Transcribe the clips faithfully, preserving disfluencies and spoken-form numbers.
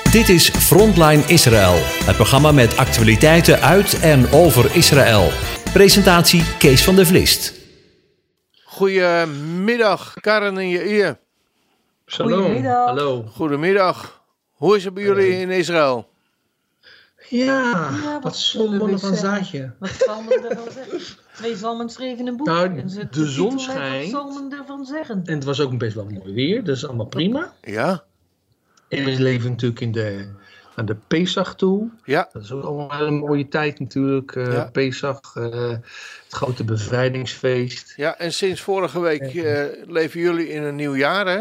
Dit is Frontline Israël, het programma met actualiteiten uit en over Israël. Presentatie Kees van der Vlist. Goedemiddag, Karen en Jair. Shalom. Goedemiddag. Hallo. Goedemiddag. Hoe is het bij jullie in Israël? Ja, Ja, wat wat zullen we zonde van zeggen? zaadje. Wat zal men ervan zeggen? Twee zalmen schreven een boek. Nou, En ze- de titel zon met schijnt. Wat zal men ervan zeggen? En het was ook best wel mooi weer, dus allemaal prima. Ja, En we leven natuurlijk in de, aan de Pesach toe. ja, Dat is ook allemaal een mooie tijd natuurlijk. eh Ja. Pesach, eh, het grote bevrijdingsfeest. ja. En sinds vorige week eh, leven jullie in een nieuw jaar, hè?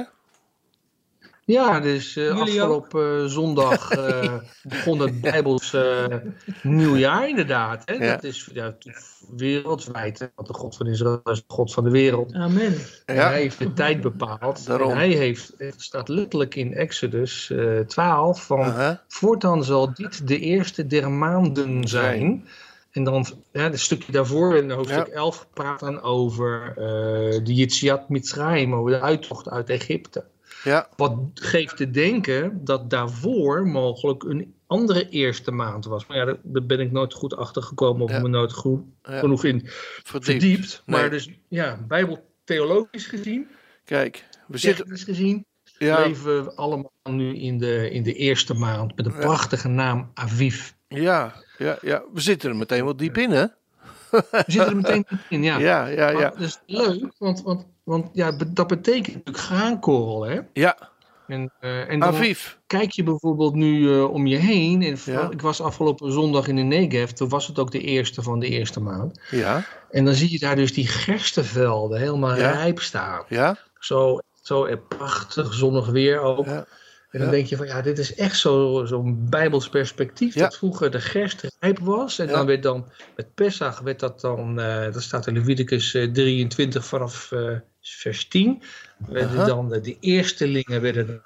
Ja, dus eh, Jullie afgelopen eh, zondag eh, begon het Bijbels eh, nieuwjaar inderdaad. Hè? Ja. Dat is ja, wereldwijd. Hè? Want de God van Israël is de God van de wereld. Amen. En Ja. hij heeft de tijd bepaald. Daarom. En hij heeft, het staat letterlijk in Exodus eh, twaalf, van Aha. voortaan zal dit de eerste der maanden zijn. En dan ja, een stukje daarvoor in hoofdstuk Ja. elf praat dan over eh, de Yetziat Mitzrayim, over de uittocht uit Egypte. Ja, Wat geeft te denken dat daarvoor mogelijk een andere eerste maand was. Maar ja, daar, daar ben ik nooit goed achter gekomen of Ja. me nooit goed, Ja. genoeg in verdiept. verdiept. Nee. Maar dus ja, bijbeltheologisch gezien, Kijk, we zitten... technisch gezien, Ja, leven we allemaal nu in de, in de eerste maand met een Ja. prachtige naam Aviv. ja, ja, ja. We zitten er meteen wel diep in, hè? We zitten er meteen in, ja. Ja, ja, Maar ja. dat is leuk, want, want, want ja, be- dat betekent natuurlijk graankorrel, hè? Ja, En, eh, en dan Aviv. kijk je bijvoorbeeld nu eh, om je heen. En vooral- Ja. Ik was afgelopen zondag in de Negev, toen was het ook de eerste van de eerste maand. Ja, En dan zie je daar dus die gerstenvelden helemaal Ja. rijp staan. ja, Zo, zo eh, prachtig zonnig weer ook. ja. En dan Ja. denk je van ja, dit is echt zo- zo'n bijbels perspectief. Ja. Dat vroeger de gerst rijp was. En Ja. dan werd dan met Pesach werd dat dan, eh dat staat in Leviticus eh, drieëntwintig vanaf eh, vers tien. Werden Aha. dan de, de eerstelingen werden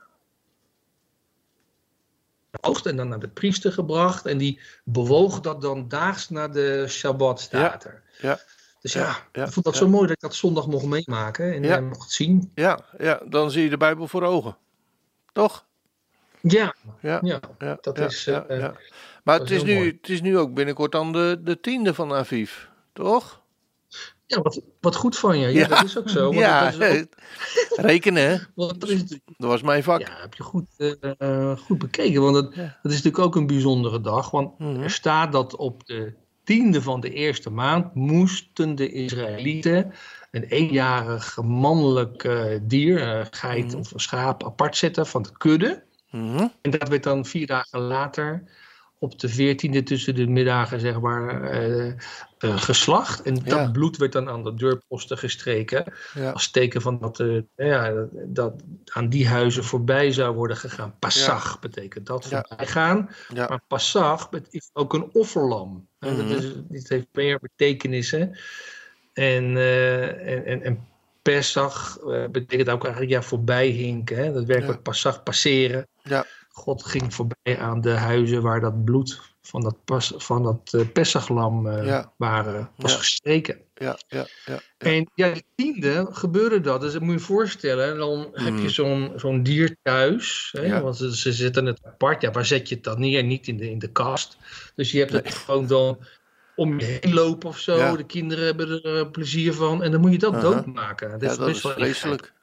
geoogst en dan naar de priester gebracht. En die bewoog dat dan daags naar de Shabbat, staat er. ja. Dus Ja, ja, ja, ik vond dat ja. zo mooi dat ik dat zondag mocht meemaken en Ja. eh, mocht zien. Ja, ja, dan zie je de Bijbel voor ogen. Toch? Ja, Ja, ja. ja, dat ja, is, ja, eh, ja. Maar dat het is is, heel nu, mooi. het is nu ook binnenkort dan de, de tiende van Aviv, toch? Ja, wat, wat goed van je. Ja, Ja. dat is ook zo. Want Ja, dat is ook, rekenen, hè? want dat, is, Dat was mijn vak. ja, heb je goed, eh, goed bekeken. Want dat, Ja. dat is natuurlijk ook een bijzondere dag. Want Mhm. er staat dat op de tiende van de eerste maand moesten de Israëlieten een eenjarig mannelijk eh, dier, een geit Mhm. of een schaap, apart zetten van de kudde. Mhm. En dat werd dan vier dagen later, op de veertiende tussen de middagen, zeg maar, eh, eh, geslacht. En dat Ja. bloed werd dan aan de deurposten gestreken. Ja. Als teken van dat, eh, ja, dat aan die huizen voorbij zou worden gegaan. Passag betekent dat, Ja. voorbij gaan. Ja. Maar passag is ook een offerlam. Hè, Mhm. dat is, dit heeft meer betekenissen. En, eh, en, en, en Pesach eh, betekent ook eigenlijk ja, voorbij hinken. Hè? Dat werkelijk Ja. passag, passeren. Ja. God ging voorbij aan de huizen waar dat bloed van dat, pas, van dat eh, Pesachlam eh, Ja. waren, was Ja. gestreken. Ja, ja, ja. En ja, de tiende gebeurde dat. Dus dat moet je je voorstellen. Dan heb Mhm. je zo'n zo'n dier thuis. Hè? Ja. Want ze, ze zetten het apart. Ja, waar zet je het dan neer? Niet in de, in de kast. Dus je hebt het gewoon dan om je heen lopen of zo. Ja. De kinderen hebben er eh, plezier van. En dan moet je dat Aha. doodmaken. Dat Ja, is dat best is wel vreselijk.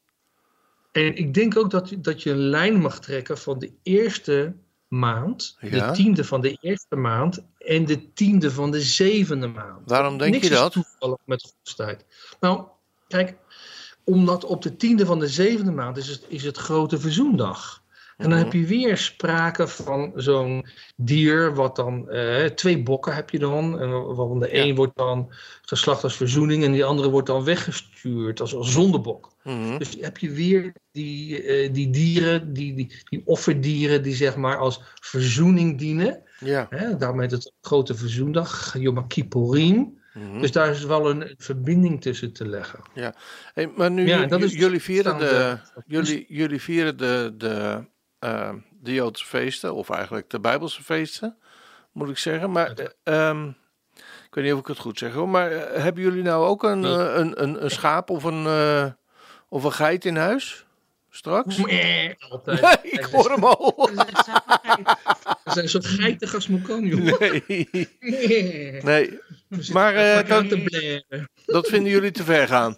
en ik denk ook dat, dat je een lijn mag trekken van de eerste maand, Ja. de tiende van de eerste maand en de tiende van de zevende maand. Waarom denk Niks je dat? is toevallig met Gods tijd. Nou, kijk, omdat op de tiende van de zevende maand is het, is het grote verzoendag. En dan Mhm. heb je weer sprake van zo'n dier, wat dan, eh, twee bokken heb je dan. En waarvan de Ja. een wordt dan geslacht als verzoening en die andere wordt dan weggestuurd als, als zondebok. Mhm. Dus heb je weer die, eh, die dieren, die, die, die offerdieren die zeg maar als verzoening dienen. Ja. Hè? Daarom heet het grote verzoendag, Yom Kippurim. Mhm. Dus daar is wel een verbinding tussen te leggen. Hey, maar nu, Ja, j- dat is j- jullie vieren de, staande- jullie, jullie vieren de, de, eh, de Joodse feesten, of eigenlijk de Bijbelse feesten, moet ik zeggen. Maar eh, ehm, ik weet niet of ik het goed zeg hoor, maar eh, hebben jullie nou ook een, Nee. eh, een, een, een schaap of een, eh, of een geit in huis? Straks? Meh, altijd. Nee, ik hoor hem al. Dat is echt zaligheid. We zijn zo geitig als Mokon, joh. Nee. Nee. Nee. We zitten Maar, eh, elkaar dat- te blaren. Dat vinden jullie te ver gaan.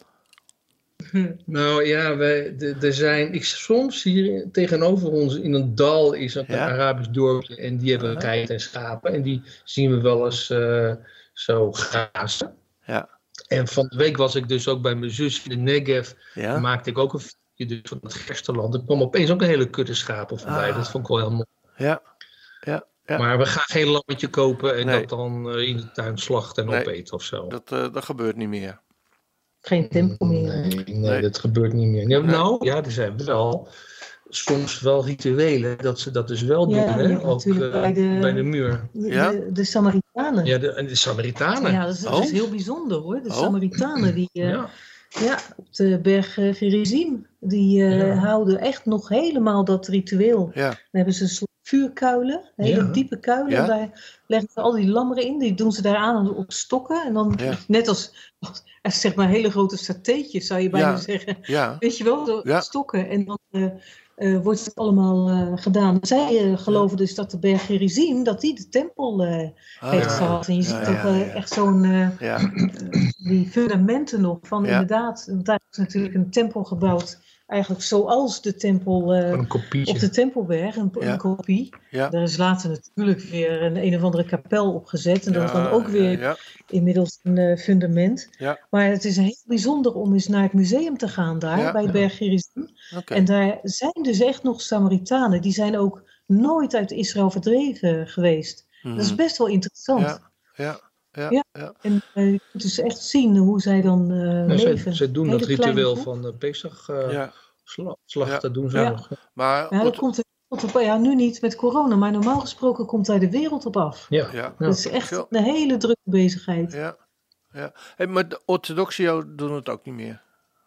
Nou ja, wij, de- er zijn, ik, soms hier tegenover ons in een dal is het Ja. een Arabisch dorpje en die hebben geiten en schapen en die zien we wel eens eh, zo grazen. Ja. En van de week was ik dus ook bij mijn zus in de Negev, Ja. maakte ik ook een filmpje dus van het gersteland. Er kwam opeens ook een hele kudde schapen voorbij, Ah. dat vond ik wel heel mooi. Ja. Ja. Ja. Maar we gaan geen lammetje kopen en Nee. dat dan eh, in de tuin slachten en Nee. opeten of zo. Dat, eh, dat gebeurt niet meer. Geen tempo meer. Nee, nee, Nee. dat gebeurt niet meer. Ja, Nee. Nou, ja, er zijn wel soms wel rituelen dat ze dat dus wel doen, Ja, hè? ja, Ook natuurlijk eh, bij de- bij de muur. De, Ja? de, de Samaritanen. Ja, Ja, de, en de Samaritanen. dat, is, dat Oh. is heel bijzonder hoor. De Oh. Samaritanen die eh, Ja. ja, op de berg eh, Gerizim, die eh, Ja. houden echt nog helemaal dat ritueel. Ja. Dan hebben ze een soort vuurkuilen, hele Ja. diepe kuilen. Ja. Daar leggen ze al die lammeren in, die doen ze daar aan op stokken. En dan Ja. net als, als zeg maar hele grote satéetjes zou je bijna Ja. zeggen. Ja. Weet je wel, zo Ja. stokken. En dan eh, eh, wordt het allemaal eh, gedaan. Zij eh, geloven dus dat de berg Gerizim, dat die de tempel eh, Ah, heeft ja. gehad. En je Ja, ziet ja, toch eh, ja. echt zo'n, eh, Ja. die fundamenten nog van Ja. inderdaad. Want daar is natuurlijk een tempel gebouwd. Eigenlijk zoals de tempel eh, Een kopietje. op de Tempelberg, een, Ja. een kopie. Ja. Daar is later natuurlijk weer een een of andere kapel opgezet. En dat is dan Ja, ook weer Ja. inmiddels een eh, fundament. Ja. Maar het is heel bijzonder om eens naar het museum te gaan daar, Ja. bij Ja. Berg Gerizim. Oké. En daar zijn dus echt nog Samaritanen. Die zijn ook nooit uit Israël verdreven geweest. Dat is Mhm. best wel interessant. Ja. Ja. Ja. Ja. Ja. En eh, je kunt dus echt zien hoe zij dan eh, Ja, zij, leven. zij doen Hele dat kleine ritueel groep. van de Pesach eh, Ja. sla- slachten, doen ze Ja. nog. Maar Ja, dat Ot- komt er komt op, ja, nu niet met corona, maar normaal gesproken komt daar de wereld op af. Ja. ja. Ja. Dat is echt Zo. een hele drukke bezigheid. Ja. Ja. Hey, maar de orthodoxen doen het ook niet meer.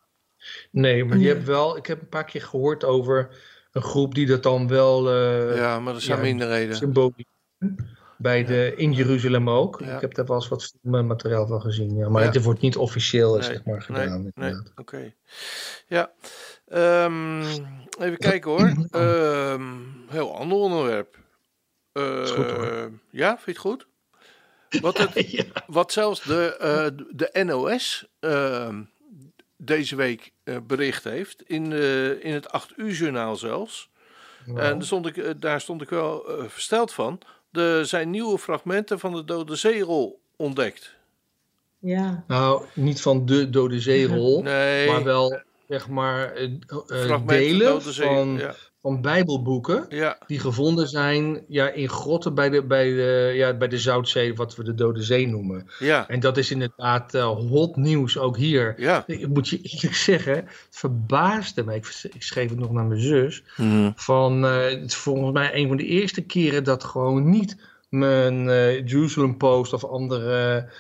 Nee, maar je Nee. hebt wel, ik heb een paar keer gehoord over een groep die dat dan wel eh Ja, maar dat zijn ja, minderheden. symbolisch bij de, in Jeruzalem ook. Ja. Ik heb daar wel eens wat materiaal van gezien. Ja. Maar Ja. het wordt niet officieel Nee, zeg maar, Nee, gedaan. nee, inderdaad. oké. Ja. Ehm, even kijken hoor. Ehm, heel ander onderwerp. Eh, Is goed, hoor. Ja, vind je het goed? Wat, het, Ja. wat zelfs de, eh, de N O S ehm, deze week eh, bericht heeft, in, eh, in het acht uur journaal zelfs. Nou, En daar stond, ik, eh, daar stond ik wel eh, versteld van. Er zijn nieuwe fragmenten van de Dode Zeerol ontdekt. Ja, nou, niet van de Dode Zeerol, Nee, maar wel zeg maar eh, eh, fragmenten delen Dode Zee- van, Ja, van Bijbelboeken ja, die gevonden zijn ja, in grotten bij de, bij, de, ja, bij de Zoutzee, wat we de Dode Zee noemen. ja, En dat is inderdaad eh, hot nieuws ook hier. ja. Ik moet je eerlijk zeggen, het verbaasde me. Ik, ik schreef het nog naar mijn zus. Van, eh, het is volgens mij een van de eerste keren dat gewoon niet mijn eh, Jerusalem Post of andere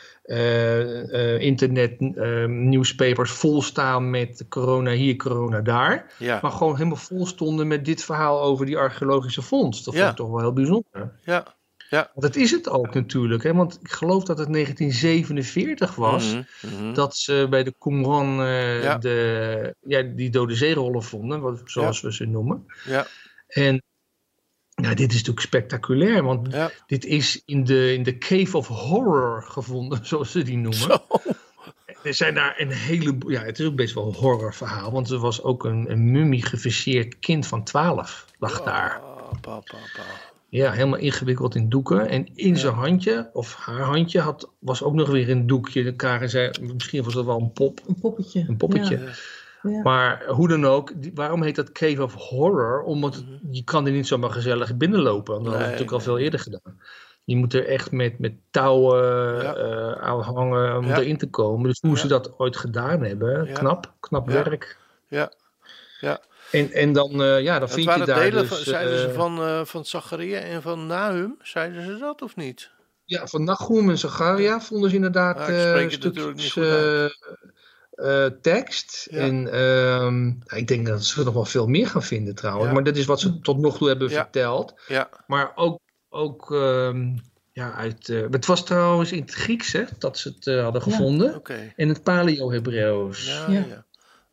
eh, eh, internet eh, newspapers vol staan met corona hier, corona daar. Ja, Maar gewoon helemaal vol stonden met dit verhaal over die archeologische vondst. Dat Ja. vond ik toch wel heel bijzonder. ja. Want dat is het ook natuurlijk. Hè? Want ik geloof dat het negentien zevenenveertig was. Mhm, mhm. Dat ze bij de Qumran eh, Ja. de, ja, die Dode Zeerollen vonden, wat, zoals we ze noemen. Ja, En nou, dit is natuurlijk spectaculair, want ja. dit is in de, in de Cave of Horror gevonden, zoals ze die noemen. Zo. Er zijn daar een heleboel, ja, het is ook best wel een horrorverhaal, want er was ook een, een mummigeviseerd kind van twaalf, lag daar. Ah, pa, pa, pa. Ja, helemaal ingewikkeld in doeken. En in zijn handje, of haar handje, had, was ook nog weer een doekje. De Karen zei, misschien was dat wel een pop, een poppetje. een poppetje. Ja, ja. Maar hoe dan ook, die, waarom heet dat Cave of Horror? Omdat het- je kan er niet zomaar gezellig binnenlopen. Want dat Nee, hebben we natuurlijk al nee. veel eerder gedaan. Je moet er echt met, met touwen Ja. eh, aan hangen om Ja. erin te komen. Dus hoe Ja. ze dat ooit gedaan hebben, Ja. knap, knap Ja. werk. Ja, ja. En, en dan, eh, ja, dan Het vind je waren daar delen, dus... van, zeiden ze eh, van, eh van Zacharia en van Nahum. Zeiden ze dat of niet? Ja, van Nahum en Zacharia vonden ze inderdaad Ja, ik eh, spreek het natuurlijk niet stukjes goed uit. eh, eh, tekst. Ja. En ehm, nou, ik denk dat ze nog wel veel meer gaan vinden trouwens. Ja. Maar dat is wat ze tot nog toe hebben Ja. verteld. Ja, Maar ook, ook ehm, ja, uit... eh, het was trouwens in het Grieks hè, dat ze het eh, hadden Ja. gevonden. oké. En het Paleo-Hebreeuws. Ja, Ja. ja.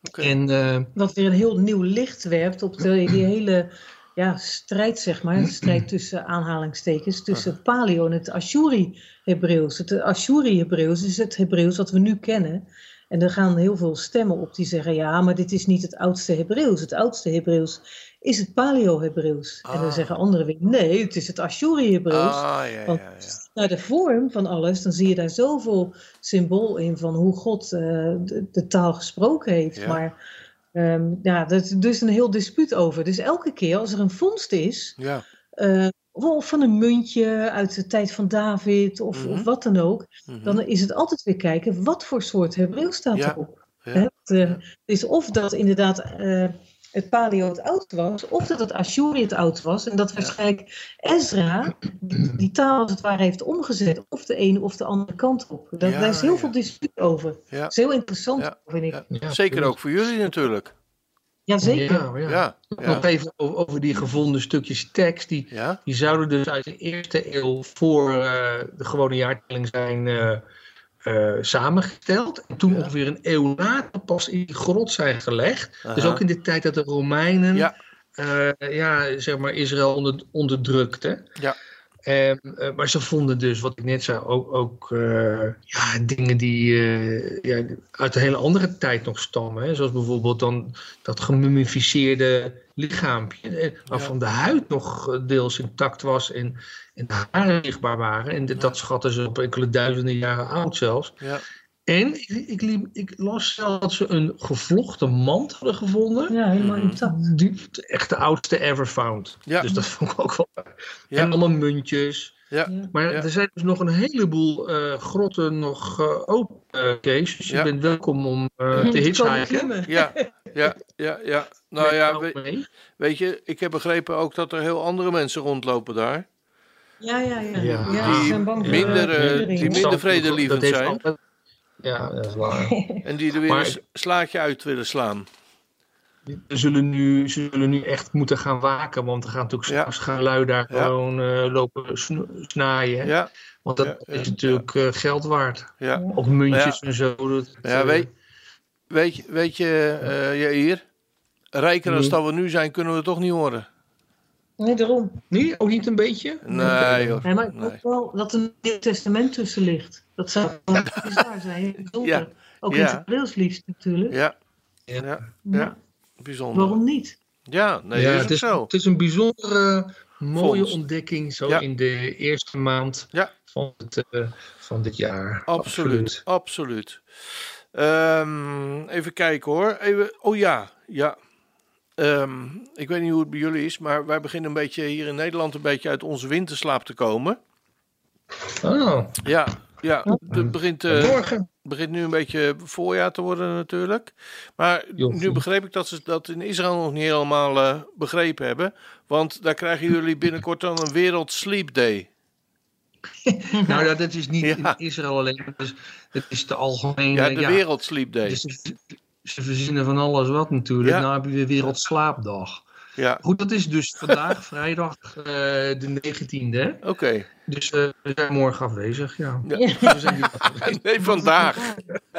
Okay. En, uh, wat weer een heel nieuw licht werpt op de, die hele ja, strijd, zeg maar. De strijd tussen aanhalingstekens, tussen het Paleo en het Ashuri-Hebreeuws. Het Ashuri-Hebreeuws is het Hebreeuws wat we nu kennen. En er gaan heel veel stemmen op die zeggen, ja, maar dit is niet het oudste Hebreeuws. Het oudste Hebreeuws is het Paleo-Hebreeuws. Ah. En dan zeggen anderen weer, nee, het is het Ashuri-Hebreeuws. Ah, ja, ja, Want ja. naar de vorm van alles, dan zie je daar zoveel symbool in van hoe God uh, de, de taal gesproken heeft. Ja. Maar um, ja, er is dus een heel dispuut over. Dus elke keer als er een vondst is, ja. uh, of van een muntje uit de tijd van David of, mm-hmm. of wat dan ook, mm-hmm. dan is het altijd weer kijken wat voor soort Hebreeuws staat ja. erop. Ja. Het uh, is of dat inderdaad uh, het Paleo het oud was, of dat het Ashuri het oud was. En dat waarschijnlijk Ezra die, die taal als het ware heeft omgezet, of de ene of de andere kant op. Dat, ja, daar is heel ja. veel dispuut over. Ja. Dat is heel interessant, ja. vind ik. Ja. Ja, zeker ook voor jullie natuurlijk. Jazeker. Ja, ja. Ja, ja. Nog even over, over die gevonden stukjes tekst. Die, ja? die zouden dus uit de eerste eeuw voor uh, de gewone jaartelling zijn uh, uh, samengesteld. En toen ja. ongeveer een eeuw later pas in die grot zijn gelegd. Aha. Dus ook in de tijd dat de Romeinen ja. Uh, ja, zeg maar Israël onder, onderdrukten. Ja. Um, uh, maar ze vonden dus, wat ik net zei, ook, ook uh, ja, dingen die uh, ja, uit een hele andere tijd nog stammen. Hè? Zoals bijvoorbeeld dan dat gemummificeerde lichaampje, waarvan ja. de huid nog deels intact was en, en de haren zichtbaar waren. En de, ja. dat schatten ze op enkele duizenden jaren oud zelfs. Ja. En ik, ik, ik las zelfs dat ze een gevlochten mand hadden gevonden. Ja, helemaal intact. Die, de echte oudste ever found. Ja. Dus dat vond ik ook wel. Ja. En allemaal muntjes. Ja. Maar ja. er zijn dus nog een heleboel uh, grotten nog uh, open, uh, Kees. Dus je ja. bent welkom om uh, te hitchhiken. Ja, ja, ja, ja. Nou ja, we, weet je, ik heb begrepen ook dat er heel andere mensen rondlopen daar. Ja, ja, ja. ja. ja die, zijn bang minder, uh, die minder vredelievend zijn. Altijd... Ja, dat is waar. En die er weer maar... een slaatje uit willen slaan. Ze zullen, nu, ze zullen nu echt moeten gaan waken, want er gaan natuurlijk ja. straks gaan lui daar ja. gewoon uh, lopen sno- snaaien. Ja. Want dat ja, is ja, natuurlijk ja. Uh, geld waard. Ja. Ook muntjes ja. en zo. Dat, ja, uh, weet, weet, je, weet je, uh, Jair, rijker nee. als dat we nu zijn, kunnen we het toch niet horen. Nee, daarom. Nee, ook niet een beetje? Nee, hoor. Nee, maar ik hoop nee. wel dat er een Nieuw Testament tussen ligt. Dat zou wel bizar zijn. Ja. Ook ja. in het Hebreeuws liefst natuurlijk. Ja. Ja. Ja. ja, bijzonder. Waarom niet? Ja, nee, ja, is het, is, zo. het is een bijzondere, mooie Vondst. ontdekking zo ja. in de eerste maand ja. van, het, uh, van dit jaar. Absoluut, absoluut. Um, even kijken hoor. Even, oh ja, ja. Um, ik weet niet hoe het bij jullie is, maar wij beginnen een beetje hier in Nederland een beetje uit onze winterslaap te komen. Oh. Ja, ja. Het begint, uh, begint nu een beetje voorjaar te worden natuurlijk. Maar Jochie. Nu begreep ik dat ze dat in Israël nog niet helemaal uh, begrepen hebben. Want daar krijgen jullie binnenkort dan een Wereld Sleep Day. Nou, dat, dat is niet ja. in Israël alleen. Dat is, dat is te algemeen. Ja, de ja, Wereld Sleep Day. Dus ze, ze verzinnen van alles wat natuurlijk. Ja. Nou heb je weer Wereldslaapdag. Ja. Goed, dat is dus vandaag, vrijdag, uh, de negentiende. Oké. Okay. Dus uh, we zijn morgen afwezig, ja. ja. We zijn afwezig. Nee, vandaag.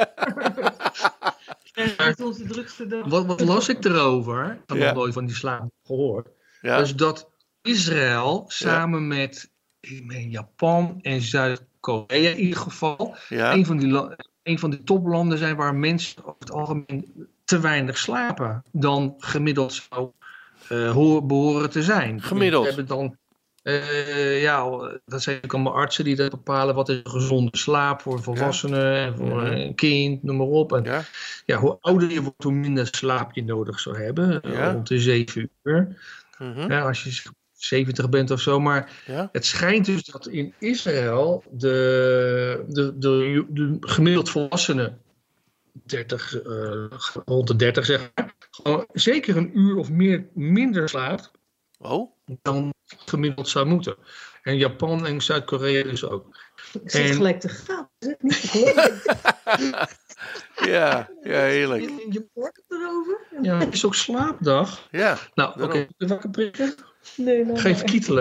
Dat is onze drukste dag. Wat, wat las ik erover? Ik heb ja. nog nooit van die slaap gehoord. Ja. Dus dat Israël samen ja. met Japan en Zuid-Korea in ieder geval ja. een van die la- een van die toplanden zijn waar mensen over het algemeen te weinig slapen dan gemiddeld zou uh, hoor, behoren te zijn. Gemiddeld? We hebben dan, uh, ja, dat zijn ook allemaal artsen die dat bepalen. Wat is gezonde slaap voor volwassenen ja. en voor ja. een kind, noem maar op. En, ja. Ja, hoe ouder je wordt, hoe minder slaap je nodig zou hebben. Ja. Rond de zeven uur. Mm-hmm. Ja, als je zeventig bent of zo. Maar ja. het schijnt dus dat in Israël de, de, de, de gemiddeld volwassenen dertig, uh, rond de dertig zeg maar, gewoon zeker een uur of meer minder slaapt oh. dan gemiddeld zou moeten. En Japan en Zuid-Korea dus ook. Ik zit en... gelijk te gaan. Dat is niet te geloven. Ja, ja, heerlijk. Je, je hoort het erover. Ja, het is ook slaapdag. Ja. Nou, oké. Okay. Wakker prikken? Nee, nee, Geef nee. kietelen.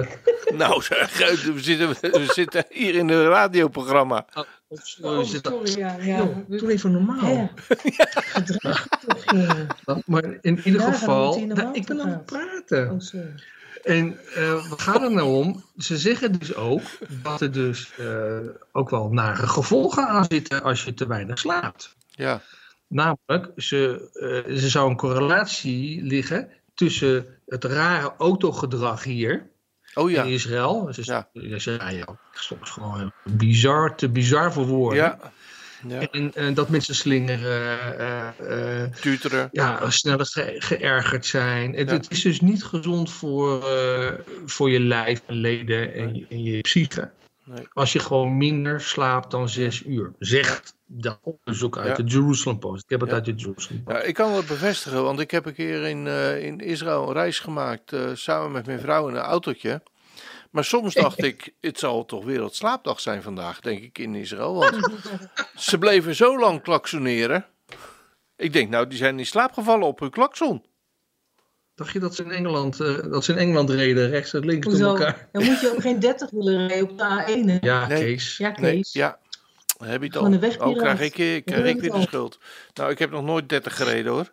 Nou, we zitten, we zitten hier in een radioprogramma. Oh, sorry, oh, sorry ja, ja. Doe even normaal. Ja. Gedrag toch, ja. Maar in ieder ja, geval, nou, ik ben aan het praten. Oh, sorry. En uh, wat gaat het nou om? Ze zeggen dus ook dat er dus uh, ook wel nare gevolgen aan zitten als je te weinig slaapt. Ja. Namelijk, ze, uh, er zou een correlatie liggen tussen het rare autogedrag hier oh, ja. in Israël. Dus ja. Ja, ja, soms gewoon bizar, te bizar voor woorden. Ja. Ja. En uh, dat mensen slingeren, uh, uh, tuteren, ja, sneller ge- geërgerd zijn. Het, ja. het is dus niet gezond voor, uh, voor je lijf en leden en, nee. je, en je psyche. Nee. Als je gewoon minder slaapt dan zes uur. Zegt dat onderzoek uit ja. de Jerusalem Post. Ik heb het ja. uit de Jerusalem Post. Ja, ik kan het bevestigen, want ik heb een keer in, uh, in Israël een reis gemaakt uh, samen met mijn vrouw in een autootje. Maar soms dacht ik, het zal toch Wereldslaapdag zijn vandaag, denk ik, in Israël. Want ze bleven zo lang klaksoneren. Ik denk, nou, die zijn in slaap gevallen op hun klakson. Dacht je dat ze in Engeland, uh, dat ze in Engeland reden, rechts en links Hoezo? door elkaar? Dan moet je ook geen dertig willen rijden op de A één, hè? Ja, nee. Kees. Ja, Kees. Nee, ja. Heb je het al? Oh, krijg ik, ik krijg ik weer de schuld. Nou, ik heb nog nooit dertig gereden, hoor.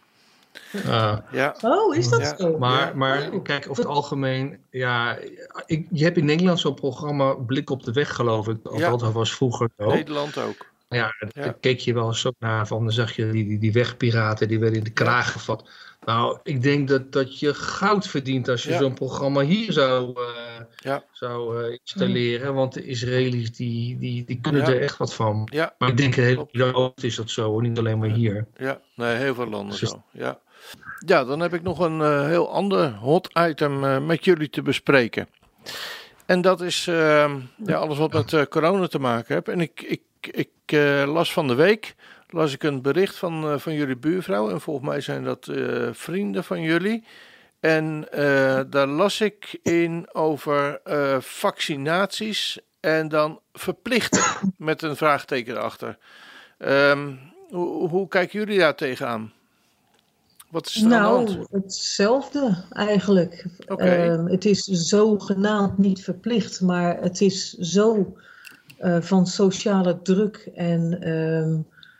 Uh, ja. Oh, is dat ja. zo? Maar, maar oh. kijk, over het algemeen, ja, ik, je hebt in Nederland zo'n programma Blik op de Weg, geloof ik. Of ja. dat was vroeger ook. Nederland ook. Ja, daar ja. keek je wel eens ook naar van, dan zag je die, die, die wegpiraten, die werden in de kraag gevat. Nou, ik denk dat, dat je goud verdient als je ja. zo'n programma hier zou, uh, ja. zou uh, installeren. Want de Israëli's, die, die, die kunnen ja. er echt wat van. Ja. Maar ik denk, heel Nederland is dat zo, hoor. Niet alleen maar hier. Ja, nee, heel veel landen dus... zo, ja. Ja, dan heb ik nog een uh, heel ander hot item uh, met jullie te bespreken. En dat is uh, ja, alles wat met uh, corona te maken heeft. En ik, ik, ik uh, las van de week las ik een bericht van, uh, van jullie buurvrouw. En volgens mij zijn dat uh, vrienden van jullie. En uh, daar las ik in over uh, vaccinaties en dan verplichten met een vraagteken erachter. Um, hoe, hoe kijken jullie daar tegenaan? Wat is er nou, aan de hand? Hetzelfde eigenlijk. Okay. Uh, het is zogenaamd niet verplicht, maar het is zo uh, van sociale druk. En uh,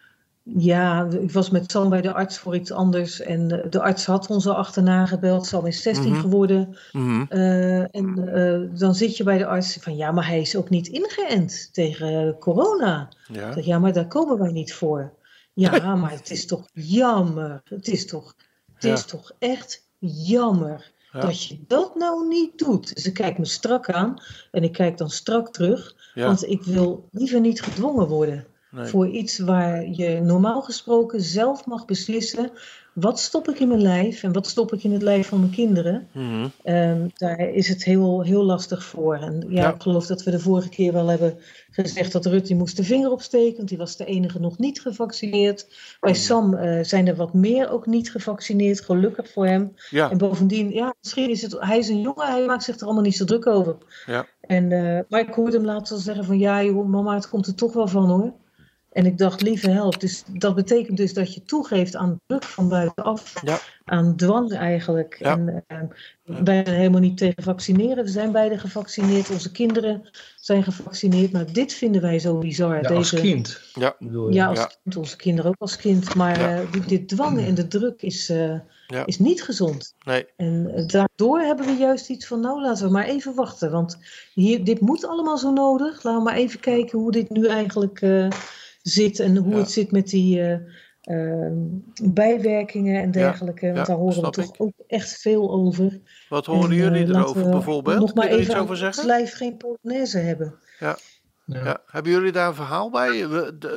ja, ik was met Sam bij de arts voor iets anders. En de arts had ons al achterna gebeld. Sam is zestien mm-hmm. geworden. Mm-hmm. Uh, en uh, dan zit je bij de arts van ja, maar hij is ook niet ingeënt tegen corona. Ja, zeg, ja maar daar komen wij niet voor. Ja, maar het is toch jammer. Het is toch, het is ja. toch echt jammer ja. dat je dat nou niet doet. Ze kijkt me strak aan en ik kijk dan strak terug. Ja. Want ik wil liever niet gedwongen worden nee. voor iets waar je normaal gesproken zelf mag beslissen. Wat stop ik in mijn lijf en wat stop ik in het lijf van mijn kinderen? Mm-hmm. Um, daar is het heel, heel lastig voor. En ja, ja, ik geloof dat we de vorige keer wel hebben gezegd dat Rutte moest de vinger opsteken, want die was de enige nog niet gevaccineerd. Bij Sam uh, zijn er wat meer ook niet gevaccineerd, gelukkig voor hem. Ja. En bovendien, ja, misschien is het, hij is een jongen, hij maakt zich er allemaal niet zo druk over. Ja. En, uh, maar ik hoorde hem later zeggen van, ja joh, mama, het komt er toch wel van hoor. En ik dacht, lieve help. Dus dat betekent dus dat je toegeeft aan druk van buitenaf. Ja. Aan dwang eigenlijk. Ja. En uh, wij zijn helemaal niet tegen vaccineren. We zijn beide gevaccineerd. Onze kinderen zijn gevaccineerd. Maar dit vinden wij zo bizar. Ja, Deze... als kind. Ja, bedoel je. Ja, als ja. kind. Onze kinderen ook als kind. Maar ja. uh, dit, dit dwang en de druk is, uh, ja. is niet gezond. Nee. En uh, daardoor hebben we juist iets van, nou laten we maar even wachten. Want hier, dit moet allemaal zo nodig. Laten we maar even kijken hoe dit nu eigenlijk... Uh, zit en hoe ja. het zit met die uh, uh, bijwerkingen en dergelijke. Ja, want daar horen we toch ik. ook echt veel over. Wat horen en, jullie uh, erover bijvoorbeeld? Nog maar Kun je even iets over zeggen? Het lijf geen Polonaise hebben. Ja. Ja. Ja. Hebben jullie daar een verhaal bij?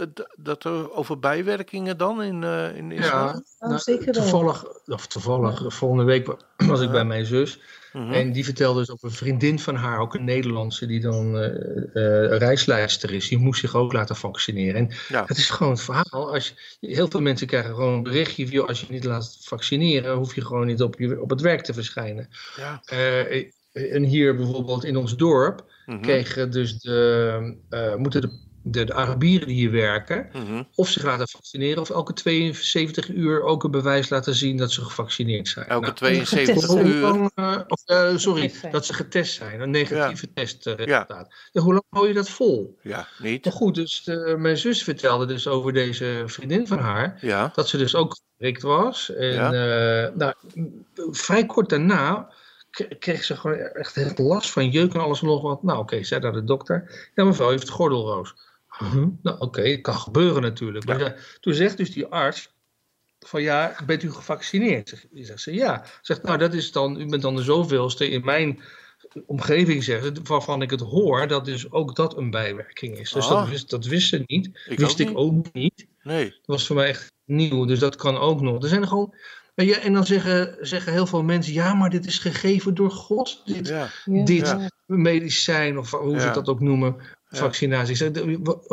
Dat er over bijwerkingen dan in, uh, in Israël? Ja, nou, zeker wel. Toevallig, of toevallig ja. volgende week was ik ja. bij mijn zus. Mm-hmm. En die vertelde dus over een vriendin van haar, ook een Nederlandse, die dan uh, uh, reisleider is. Die moest zich ook laten vaccineren. En ja. het is gewoon het verhaal. Als je, heel veel mensen krijgen gewoon een berichtje. Als je niet laat vaccineren, hoef je gewoon niet op, je, op het werk te verschijnen. Ja. Uh, en hier bijvoorbeeld in ons dorp mm-hmm. kregen dus de, uh, moeten de de, de Arabieren die hier werken, Mm-hmm. of zich laten vaccineren, of elke tweeënzeventig uur ook een bewijs laten zien dat ze gevaccineerd zijn. Elke nou, tweeënzeventig getest uur. Lang, uh, of, uh, sorry, Getest zijn. dat ze getest zijn, een negatieve Ja. testresultaat. Ja, hoe lang hou je dat vol? Ja, niet. Maar goed, dus uh, mijn zus vertelde dus over deze vriendin van haar, Ja. dat ze dus ook geprikt was. En Ja. uh, nou, vrij kort daarna kreeg ze gewoon echt heel last van jeuk en alles en nog wat. Nou oké, okay, zei naar de dokter. Ja, mevrouw, u heeft gordelroos. Uh-huh. Nou oké, okay, het kan gebeuren natuurlijk. Ja. Maar ja, toen zegt dus die arts van ja, bent u gevaccineerd? Zegt ze ja. Zegt nou, dat is dan, u bent dan de zoveelste in mijn omgeving, zeggen, waarvan ik het hoor, dat dus ook dat een bijwerking is. Dus Ah. dat, wist, dat wist ze niet. Ik wist ook ik ook niet. Nee. Dat was voor mij echt nieuw, dus dat kan ook nog. Er zijn er gewoon, ja, en dan zeggen, zeggen heel veel mensen, ja, maar dit is gegeven door God. Dit, Ja. Ja. dit Ja. medicijn, of hoe Ja. ze dat ook noemen, vaccinatie. Ik zeg,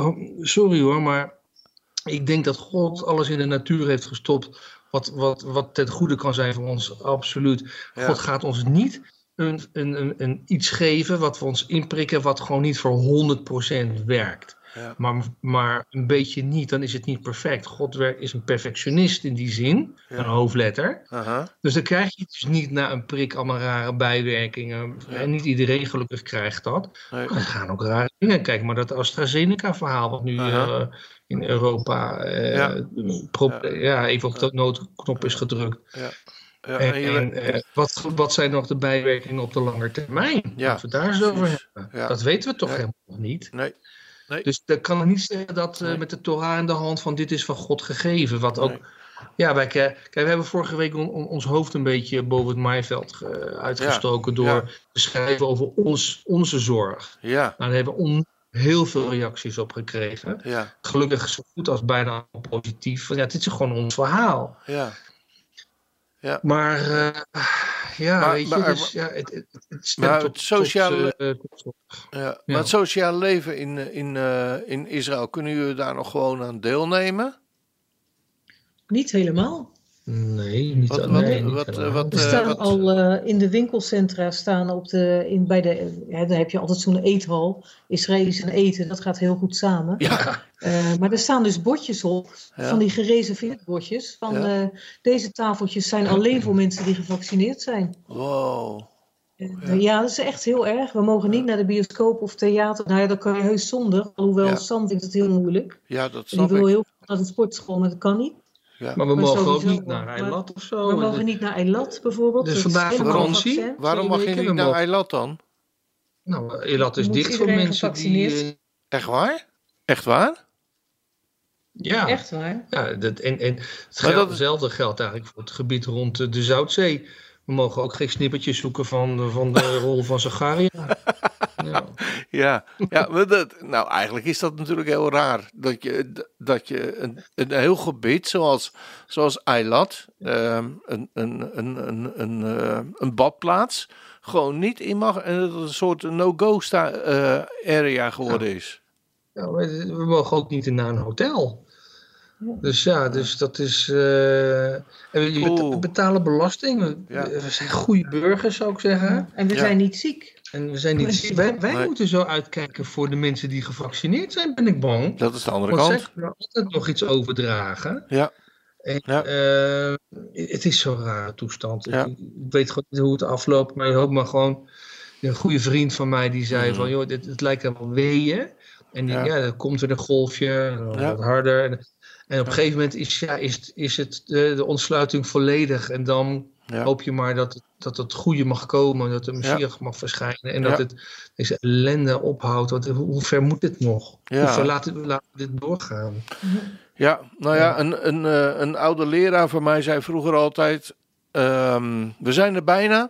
sorry hoor, maar ik denk dat God alles in de natuur heeft gestopt, wat, wat, wat ten goede kan zijn voor ons, absoluut. Ja. God gaat ons niet een, een, een, een iets geven wat we ons inprikken, wat gewoon niet voor honderd procent werkt. Ja. Maar, maar een beetje niet, dan is het niet perfect. God werkt, is een perfectionist in die zin, Ja. een hoofdletter. Aha. Dus dan krijg je dus niet na een prik allemaal rare bijwerkingen. Ja. En niet iedereen gelukkig krijgt dat. Nee. Maar er gaan ook rare dingen. Kijk maar dat AstraZeneca-verhaal wat nu Aha. uh, in Europa uh, Ja. pro- Ja. ja, even op de noodknop is gedrukt. Ja. Ja, En, en je- en, uh, wat, wat zijn nog de bijwerkingen op de lange termijn? Ja, Laten we het daar eens over precies. hebben. Ja. Dat weten we toch Nee. helemaal nog niet. Nee. Nee. Dus dan kan ik niet zeggen dat uh, Nee. met de Torah in de hand van dit is van God gegeven. Wat ook, Nee. ja, wij, kijk, we hebben vorige week on, on, ons hoofd een beetje boven het maaiveld uh, uitgestoken door Ja. te schrijven over ons, onze zorg. Ja. Nou, daar hebben we on, heel veel reacties op gekregen. Ja. Gelukkig zo goed als bijna positief. Ja, dit is gewoon ons verhaal. Ja. Ja. Maar uh, ja, Maar- weet je, maar- dus, ja, het, het, het stemt maar tot, het sociale- tot, uh, tot zorg. Ja. Maar het sociaal leven in, in, uh, in Israël, kunnen jullie daar nog gewoon aan deelnemen? Niet helemaal. Nee, niet Wat- aan wat- nee, niet wat- helemaal. wat- Er Eh, staan wat- al uh, in de winkelcentra staan op de, in, bij de, ja, daar heb je altijd zo'n eethal. Israëlisch en eten, dat gaat heel goed samen. Ja. Uh, maar er staan dus bordjes op, Ja. van die gereserveerde bordjes. Van Ja. uh, deze tafeltjes zijn alleen voor mensen die gevaccineerd zijn. Wow. Uh, Ja. ja. dat is echt heel erg. We mogen niet naar de bioscoop of theater. Nou ja, dat kan je heus zonder. Hoewel Ja. Sam vindt het heel moeilijk. Ja, dat En die snap wil ik. heel graag naar de sportschool, maar dat kan niet. Ja. Maar we Maar mogen ook sowieso niet wel. naar Maar- Eilat of zo. We En mogen de- niet naar Eilat bijvoorbeeld. Dus Dat is vandaag helemaal vakantie? vaccin. Waarom mag je weken, niet we naar mogen- Eilat dan? Nou, Eilat is Moet dicht voor iedereen mensen die... gevaccineerd? eh, Echt waar? Echt waar? ja, Echt waar? ja dat, en, en het Maar geldt, dat is- hetzelfde geldt eigenlijk voor het gebied rond de, de Zoutzee. We mogen ook geen snippertjes zoeken van, van de rol van Zacharia. Ja. Ja, ja maar dat, nou eigenlijk is dat natuurlijk heel raar. Dat je, dat je een, een heel gebied zoals, zoals Eilat, ehm, een, een, een, een, een, eh, een badplaats, gewoon niet in mag. En dat het een soort no-go sta- eh, area geworden is. Ja, maar we mogen ook niet naar een hotel. Ja. Dus ja, dus dat is... eh, en we, we Oeh. betalen belasting. We, Ja. we zijn goede burgers, zou ik zeggen. En we Ja. zijn niet ziek. En we zijn niet... Nee. Wij, wij Nee. moeten zo uitkijken voor de mensen die gevaccineerd zijn, ben ik bang. Dat is de andere Want zij kant. kunnen altijd nog iets overdragen. Ja, En, Ja. eh, het is zo'n rare toestand. Ja. Ik, ik weet gewoon niet hoe het afloopt, maar ik hoop maar gewoon... Een goede vriend van mij die zei Mhm. van, joh, dit, het lijkt helemaal weeën. En die, Ja. ja. dan komt weer een golfje, en dan Ja. wat harder. En, en op een Ja. gegeven moment is, ja, is, is het de, de ontsluiting volledig. En dan ja. hoop je maar dat het, dat het goede mag komen, dat de Messias mag verschijnen. En Ja. dat het deze ellende ophoudt. Want hoe, hoe ver moet dit nog? Ja. Hoe ver laat, het- laat dit doorgaan? Ja, nou ja, Ja. een, een, eh, een oude leraar van mij zei vroeger altijd: ehm, we zijn er bijna,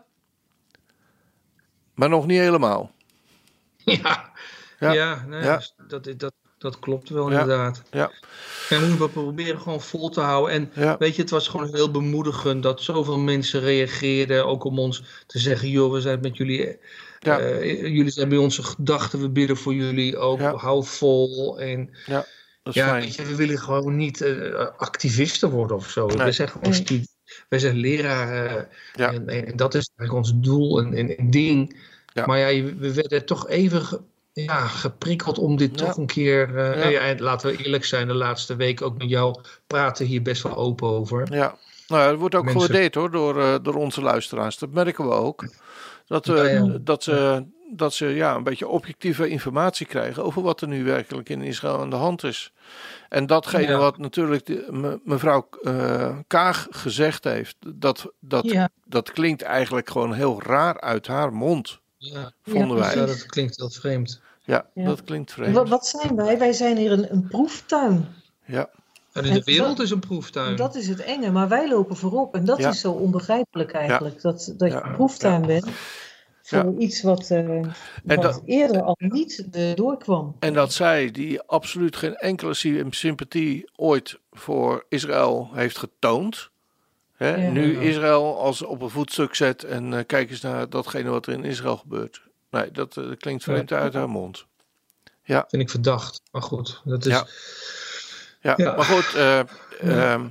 maar nog niet helemaal. Ja, Ja. ja, nee, Ja. dus dat, dat, dat klopt wel Ja. inderdaad. Ja. En we proberen gewoon vol te houden. En Ja. weet je, het was gewoon heel bemoedigend dat zoveel mensen reageerden. Ook om ons te zeggen, joh, we zijn met jullie. Ja. eh, jullie zijn bij onze gedachten, we bidden voor jullie ook. Ja. Hou vol. En Dat is ja, fijn. weet je, we willen gewoon niet eh, activisten worden of zo. Nee. We zijn gewoon Nee. stu- wij zijn leraren. Ja. En, en, en dat is eigenlijk ons doel en, en, en ding. Ja. Maar ja, je- we werden toch even ge- ja, geprikkeld om dit ja. toch een keer... Uh, ja. Ja, en laten we eerlijk zijn, de laatste week ook met jou praten hier best wel open over. Ja, nou ja, het wordt ook Mensen... gewaardeerd hoor, door, uh, door onze luisteraars. Dat merken we ook. Dat, uh, ja, ja. dat, uh, dat ze ja, een beetje objectieve informatie krijgen over wat er nu werkelijk in Israël aan de hand is. En datgene ja. wat natuurlijk de, me, mevrouw uh, Kaag gezegd heeft, dat, dat, ja. dat klinkt eigenlijk gewoon heel raar uit haar mond. Ja, vonden ja, wij. Ja, dat klinkt heel vreemd. Ja, ja. dat klinkt vreemd. Wat, wat zijn wij? Wij zijn hier een, een proeftuin. Ja. En de wereld is een proeftuin. Dat is het enge, maar wij lopen voorop. En dat ja. is zo onbegrijpelijk eigenlijk. Ja. Dat, dat je een proeftuin ja. bent voor ja. iets wat, uh, wat dat, eerder al niet uh, doorkwam. En dat zij, die absoluut geen enkele sympathie ooit voor Israël heeft getoond... Hè, ja. nu Israël als op een voetstuk zet en uh, kijk eens naar datgene wat er in Israël gebeurt. Nee, dat, uh, dat klinkt vreemd ja. uit haar mond. Ja. Vind ik verdacht, maar goed. Dat is... ja. Ja, ja, maar goed, uh, ja. um,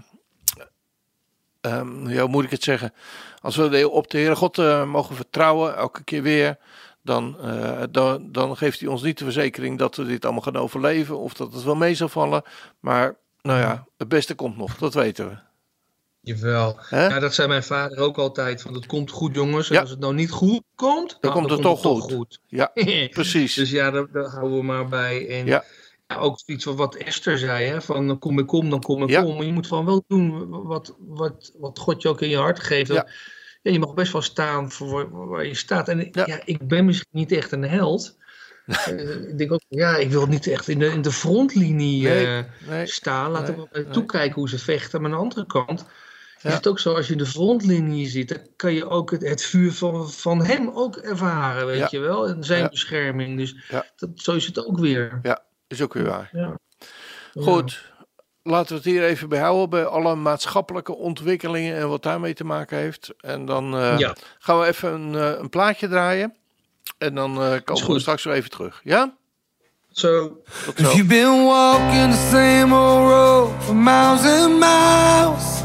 um, ja, hoe moet ik het zeggen? Als we op de Heere God uh, mogen vertrouwen, elke keer weer, dan, uh, dan, dan geeft hij ons niet de verzekering dat we dit allemaal gaan overleven of dat het wel mee zal vallen. Maar nou ja, het beste komt nog, dat weten we. Jawel. Ja, dat zei mijn vader ook altijd. Van het komt goed, jongens. En ja. als het nou niet goed komt, dan, dan komt het, dan toch, komt het goed. toch goed. Ja, precies. Dus ja, daar, daar houden we maar bij. En ja. Ja, ook iets wat Esther zei, hè, van kom ik kom, dan kom ik ja. kom. Maar je moet gewoon wel doen wat, wat, wat God je ook in je hart geeft. Ja. Ja, je mag best wel staan voor waar, waar je staat. En ja. Ja, ik ben misschien niet echt een held. uh, ik denk ook, ja, ik wil niet echt in de, in de frontlinie uh, nee, nee, staan. Laten nee, we nee. toekijken hoe ze vechten. Maar aan de andere kant ja. is het ook zo, als je in de frontlinie zit, dan kan je ook het, het vuur van, van hem ook ervaren, weet ja. je wel. En zijn ja. bescherming. Dus ja. dat, zo is het ook weer. Ja. Is ook weer waar. Ja. Goed, laten we het hier even bij houden bij alle maatschappelijke ontwikkelingen en wat daarmee te maken heeft. En dan uh, ja. gaan we even een, uh, een plaatje draaien. En dan uh, komen we straks weer even terug. Ja? Zo. Tot zo. If you've been walking the same old road for miles and miles.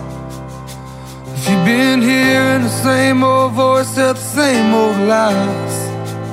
If you've been hearing the same old voice at the same old lies.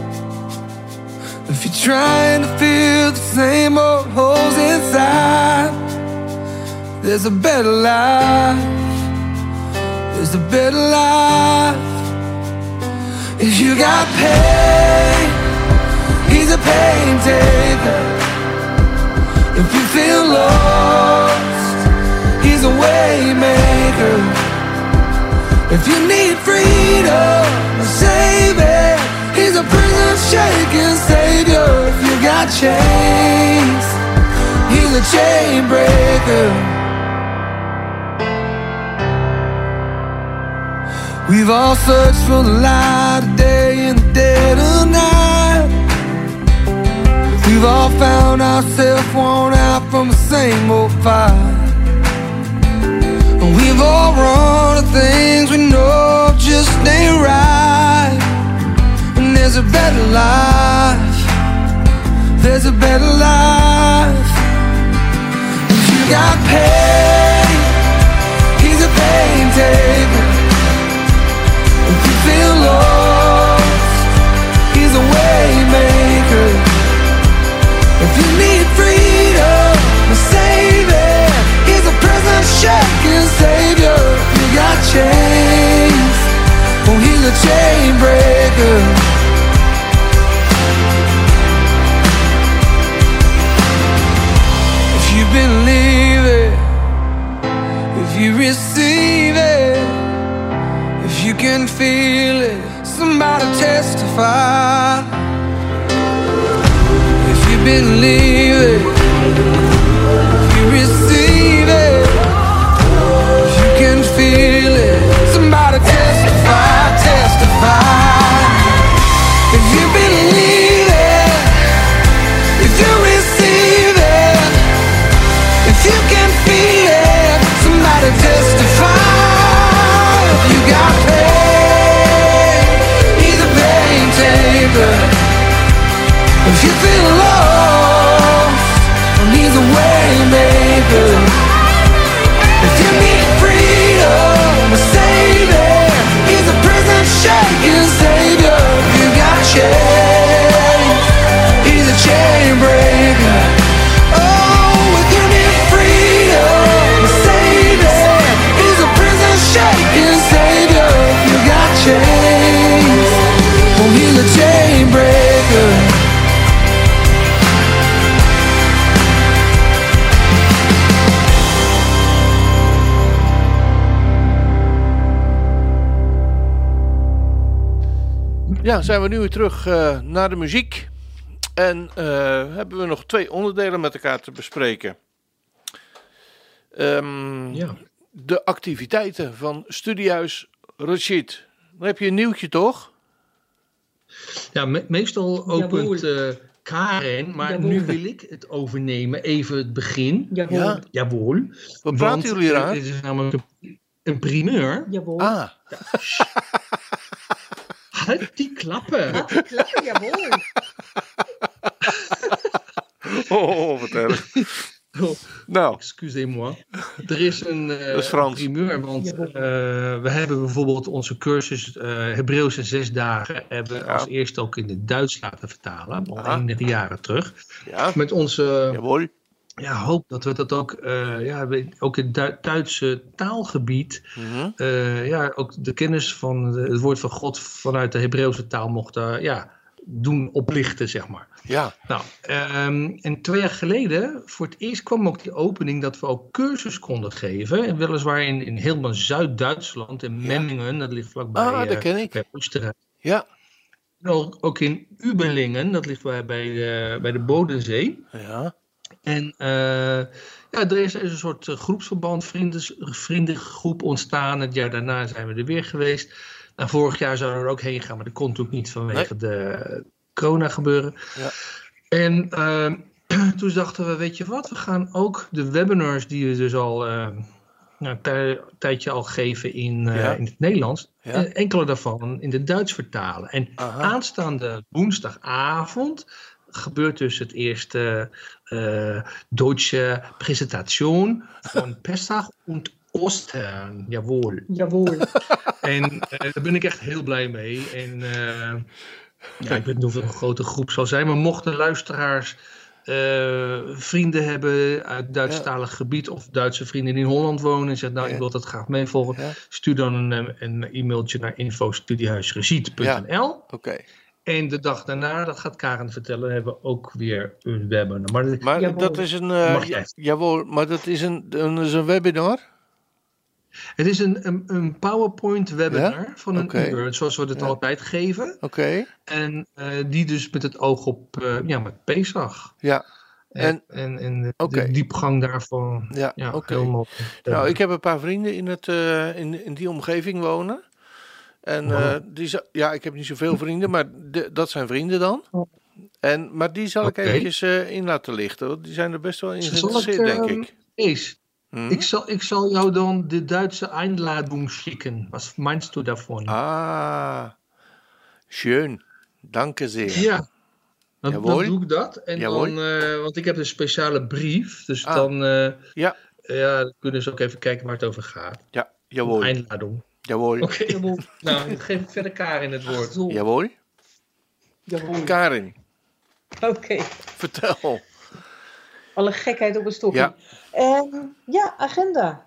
If you're trying to fill the same old holes inside, there's a better life, there's a better life. If you got pain, he's a pain taker. If you feel lost, he's a way maker. If you need freedom, a savior, he's a prison shaking savior. If you got chains, he's a chain breaker. We've all searched for the light of day in the dead of night. We've all found ourselves worn out from the same old fight. And we've all run to things we know just ain't right. And there's a better life, there's a better life. If you got pain, he's a pain taker. If you feel lost, he's a way maker. If you need freedom, a savior, he's a prison shaking savior. If you got chains, oh, he's a chain breaker. If you believe it, if you receive it, if you can feel it, somebody testify. If you believe it, if you receive it, if you can feel it, somebody testify, testify. If you believe it, if you receive it, if you can feel it, somebody testify. If you got pain, he's a pain taker. If you feel lost, and he's a way maker. Ja, zijn we nu weer terug uh, naar de muziek. En uh, hebben we nog twee onderdelen met elkaar te bespreken. Um, ja. De activiteiten van Studiehuis Rashid. Dan heb je een nieuwtje, toch? Ja, me- meestal opent uh, Karen, maar Jawohl. Nu wil ik het overnemen. Even het begin. Jawohl. Ja. Jawohl. Wat praten jullie eraan? Dit is namelijk een, een primeur. Jawohl. Ah. Ja. Halt die klappen. Halt die klappen, jawohl. Oh, wat erg. Oh, nou. Excusez-moi. Er is een uh, primeur, want uh, we hebben bijvoorbeeld onze cursus uh, Hebreeuws in zes dagen hebben ja. als eerste ook in het Duits laten vertalen, al ja. enige jaren terug. Ja. Met onze Jawohl. Ja, hoop dat we dat ook, uh, ja, ook in het Du- Duitse taalgebied, mm-hmm. uh, ja, ook de kennis van de, het woord van God vanuit de Hebreeuwse taal mochten, ja, doen oplichten, zeg maar. Ja. Nou, um, en twee jaar geleden, voor het eerst kwam ook die opening dat we ook cursus konden geven. En weliswaar in, in helemaal Zuid-Duitsland, in Memmingen, ja. dat ligt vlakbij ah, dat ken ik. Uh, bij Oostenrijk. Ja. Ook, ook in Ubelingen, dat ligt bij, bij, de, bij de Bodensee. Ja. En uh, ja, er is een soort uh, groepsverband, vrienden, vriendengroep ontstaan. Het jaar daarna zijn we er weer geweest. Nou, vorig jaar zouden we er ook heen gaan, maar dat kon natuurlijk niet vanwege nee. de corona gebeuren. Ja. En uh, toen dachten we, weet je wat, we gaan ook de webinars die we dus al uh, nou, een tijdje al geven in, uh, ja. in het Nederlands, ja. en enkele daarvan in het Duits vertalen. En Aha. aanstaande woensdagavond gebeurt dus het eerste uh, Duitse presentation van Pesach en Ostern. Jawohl. Jawohl. En uh, daar ben ik echt heel blij mee. En uh, ja, ik weet niet of het een grote groep zal zijn, maar mochten luisteraars uh, vrienden hebben uit Duitsstalig ja. gebied of Duitse vrienden die in Holland wonen en zeggen, nou, ja. ik wil dat graag meevolgen, ja. stuur dan een, een e-mailtje naar info studiehuisrashid punt n l. Ja. Oké. Okay. En de dag daarna, dat gaat Karen vertellen, hebben we ook weer een webinar. Maar, de, maar dat is een, uh, ja, jawel, maar dat is een, een, is een webinar? Het is een, een, een PowerPoint webinar ja? van een okay. uur, zoals we het ja. altijd geven. Oké. Okay. En uh, die dus met het oog op, uh, ja, met Pesach. Ja. En, en, en de, okay. de diepgang daarvan. Ja, ja oké. Okay. Nou, ik heb een paar vrienden in, het, uh, in, in die omgeving wonen. En uh, die, ja, ik heb niet zoveel vrienden, maar de, dat zijn vrienden dan. En, maar die zal okay. ik eventjes uh, in laten lichten. Want die zijn er best wel in geïnteresseerd, denk uh, ik. Is. Hm? Ik, zal, ik zal jou dan de Duitse Einladung schicken. Wat meinst du daarvan? Ah, schön. Danke zeer. Ja, dan, dan doe ik dat. En dan, uh, want ik heb een speciale brief. Dus ah. dan uh, ja. Ja, dan kunnen ze ook even kijken waar het over gaat. Ja, jawohl. Einladung. Jawohl. Oké, okay. Nou, ik geef verder Karin het woord. Ach, jawohl. Jawohl. Karin. Oké. Okay. Vertel. Alle gekheid op een stokje. Ja. Um, ja, agenda.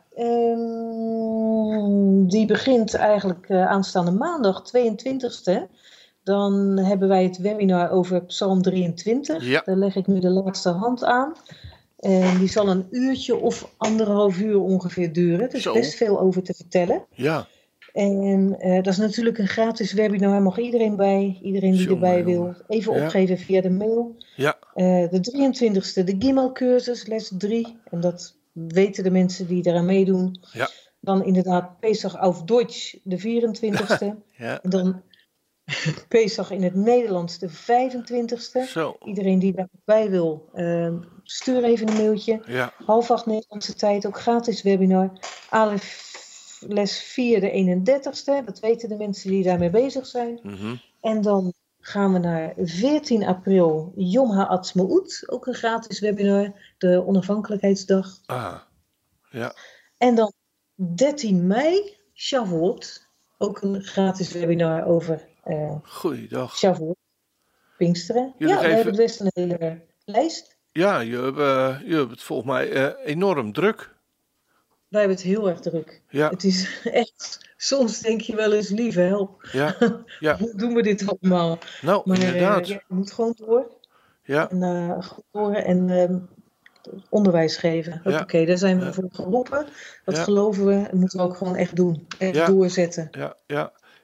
Um, die begint eigenlijk uh, aanstaande maandag, tweeëntwintigste. Dan hebben wij het webinar over Psalm drieëntwintig. Ja. Daar leg ik nu de laatste hand aan. En die zal een uurtje of anderhalf uur ongeveer duren. Er is Zo. best veel over te vertellen. Ja. En uh, dat is natuurlijk een gratis webinar. Daar mag iedereen bij. Iedereen die Zo, erbij wil. Even ja. opgeven via de mail. Ja. Uh, de drieëntwintigste de Gimel cursus, les drie. En dat weten de mensen die eraan meedoen. Ja. Dan inderdaad Pesach auf Deutsch, de vierentwintigste. Ja. En dan Pesach in het Nederlands, de vijfentwintigste. Zo. Iedereen die daarbij wil, uh, stuur even een mailtje. Ja. Half acht Nederlandse tijd, ook gratis webinar. Alef les vier, de eenendertigste. Dat weten de mensen die daarmee bezig zijn. Mm-hmm. En dan gaan we naar veertien april, Yom HaAtzmaut. Ook een gratis webinar, de onafhankelijkheidsdag. Ah, ja. En dan dertien mei, Shavuot. Ook een gratis webinar over uh, Goeiedag. Shavuot, Pinksteren. Jullie ja, geven... we hebben het best een hele lijst. Ja, je hebt, uh, je hebt het volgens mij uh, enorm druk. Wij hebben het heel erg druk. Ja. Het is echt, soms denk je wel eens, lieve help. Ja. Ja. Hoe doen we dit allemaal? Nou, maar, inderdaad. Uh, ja, je moet gewoon door. Ja. En, uh, goed door en uh, onderwijs geven. Oké, ja. okay, daar zijn we ja. voor geroepen. Dat ja. geloven we en moeten we ook gewoon echt doen. Echt ja. doorzetten. Ja, ja.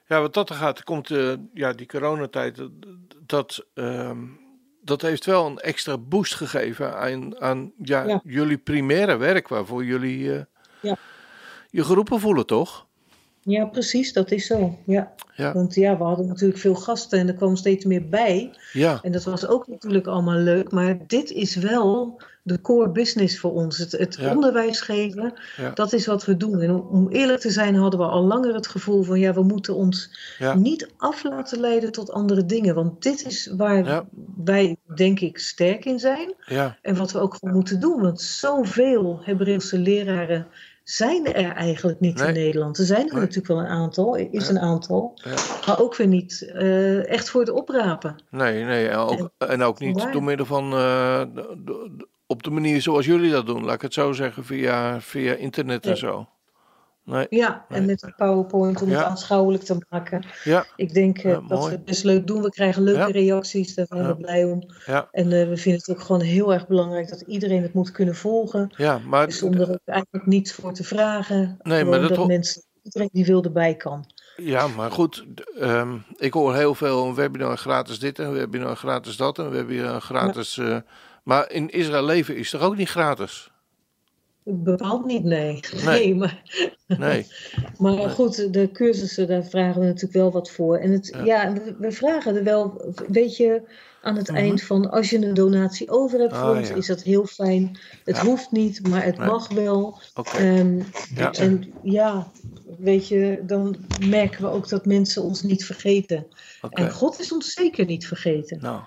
Ja, wat dat er gaat, komt uh, ja, die coronatijd, dat, uh, dat heeft wel een extra boost gegeven aan, aan ja, ja. jullie primaire werk, waarvoor jullie uh, ja. je geroepen voelen, toch? Ja, precies, dat is zo. Ja. Ja. Want ja, we hadden natuurlijk veel gasten en er kwam steeds meer bij. Ja. En dat was ook natuurlijk allemaal leuk. Maar dit is wel de core business voor ons. Het, het ja. onderwijs geven, ja. dat is wat we doen. En om, om eerlijk te zijn hadden we al langer het gevoel van... ja, we moeten ons ja. niet af laten leiden tot andere dingen. Want dit is waar ja. wij, denk ik, sterk in zijn. Ja. En wat we ook gewoon moeten doen. Want zoveel Hebreeuwse leraren... zijn er eigenlijk niet nee. in Nederland. Er zijn er nee. natuurlijk wel een aantal, er is ja. een aantal, ja. maar ook weer niet uh, echt voor het oprapen. Nee, nee en, ook, en, en ook niet door middel van, uh, de, de, op de manier zoals jullie dat doen, laat ik het zo zeggen, via, via internet nee. en zo. Nee. Ja, nee. en met een PowerPoint om ja. het aanschouwelijk te maken. Ja. Ik denk uh, ja, dat we het best leuk doen. We krijgen leuke ja. reacties, daar zijn we ja. blij om. Ja. En uh, we vinden het ook gewoon heel erg belangrijk dat iedereen het moet kunnen volgen. Ja, maar... Dus om er ook eigenlijk niets voor te vragen. Nee, maar dat, dat ho- mensen, iedereen die wil erbij kan. Ja, maar goed, um, ik hoor heel veel een webinar gratis dit en een webinar gratis dat en een webinar gratis... Ja. Uh, maar in Israël leven is toch ook niet gratis? Bepaald niet, nee. Nee, nee maar, nee. maar nee. goed, de cursussen, daar vragen we natuurlijk wel wat voor. En het, ja, ja we, we vragen er wel, weet je, aan het mm-hmm. eind van... als je een donatie over hebt voor ah, ons, ja. is dat heel fijn. Het ja. hoeft niet, maar het nee. mag wel. Okay. Um, ja. En ja, weet je, dan merken we ook dat mensen ons niet vergeten. Okay. En God is ons zeker niet vergeten. Nou.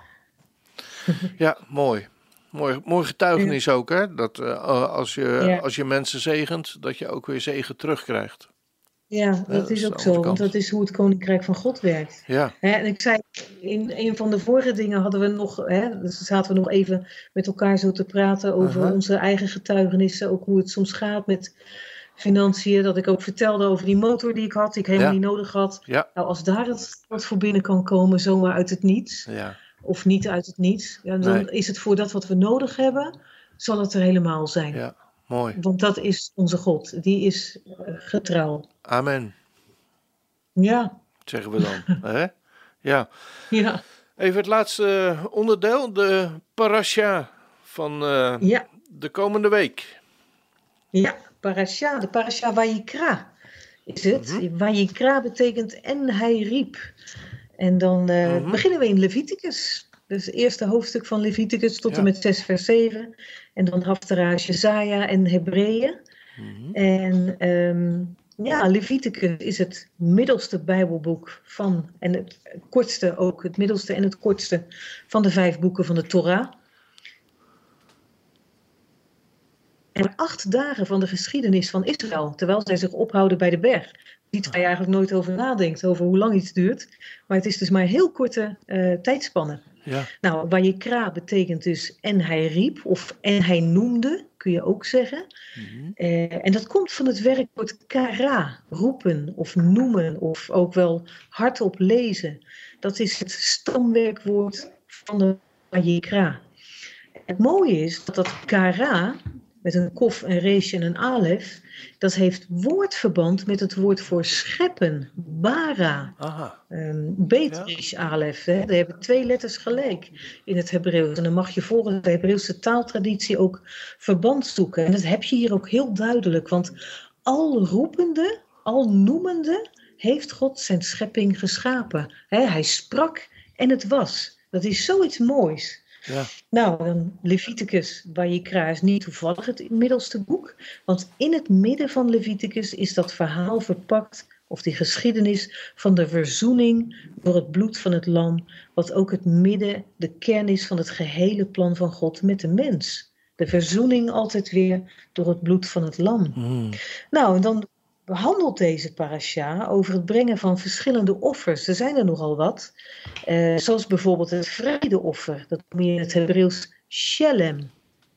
Ja, mooi. Mooi, mooi getuigenis ja. ook, hè? Dat uh, als, je, ja. als je mensen zegent, dat je ook weer zegen terugkrijgt. Ja, dat, ja, dat is ook zo, kant. Want dat is hoe het Koninkrijk van God werkt. Ja. Hè, en ik zei, in een van de vorige dingen hadden we nog, hè, dus zaten we nog even met elkaar zo te praten over uh-huh. onze eigen getuigenissen, ook hoe het soms gaat met financiën. Dat ik ook vertelde over die motor die ik had, die ik helemaal ja. niet nodig had. Ja. Nou, als daar het wat voor binnen kan komen, zomaar uit het niets... Ja. Of niet uit het niets. Ja, dan nee. is het voor dat wat we nodig hebben, zal het er helemaal zijn. Ja, mooi. Want dat is onze God. Die is uh, getrouw. Amen. Ja. Zeggen we dan. hè? Ja. Ja. Even het laatste onderdeel. De parasha van uh, ja. de komende week. Ja, parasha. De parasha Vayikra is het. Mm-hmm. Vayikra betekent en hij riep. En dan uh, mm-hmm. beginnen we in Leviticus. Dus het eerste hoofdstuk van Leviticus tot ja. en met zes vers zeven. En dan Haftara, Jesaja en Hebreeën. Mm-hmm. En um, ja, Leviticus is het middelste Bijbelboek van... en het kortste ook, het middelste en het kortste van de vijf boeken van de Torah. En acht dagen van de geschiedenis van Israël, terwijl zij zich ophouden bij de berg... Iets waar je eigenlijk nooit over nadenkt, over hoe lang iets duurt. Maar het is dus maar een heel korte uh, tijdspanne. Ja. Nou, Vayikra betekent dus en hij riep, of en hij noemde, kun je ook zeggen. Mm-hmm. Uh, en dat komt van het werkwoord kara, roepen of noemen, of ook wel hardop lezen. Dat is het stamwerkwoord van de Vayikra. Het mooie is dat dat kara... met een kof, een reesje en een alef, dat heeft woordverband met het woord voor scheppen, bara. Um, Betrish, ja. alef. Hè. Daar hebben twee letters gelijk in het Hebreeuws. En dan mag je volgens de Hebreeuwse taaltraditie ook verband zoeken. En dat heb je hier ook heel duidelijk, want al roepende, al noemende, heeft God zijn schepping geschapen. Hè, hij sprak en het was. Dat is zoiets moois. Ja. Nou, dan Leviticus, Vayikra is niet toevallig het middelste boek. Want in het midden van Leviticus is dat verhaal verpakt, of die geschiedenis van de verzoening door het bloed van het lam. Wat ook het midden, de kern is van het gehele plan van God met de mens. De verzoening altijd weer door het bloed van het lam. Mm. Nou, en dan behandelt deze parasha over het brengen van verschillende offers. Er zijn er nogal wat. Uh, zoals bijvoorbeeld het vredeoffer. Dat noem je in het Hebreeuws shelem.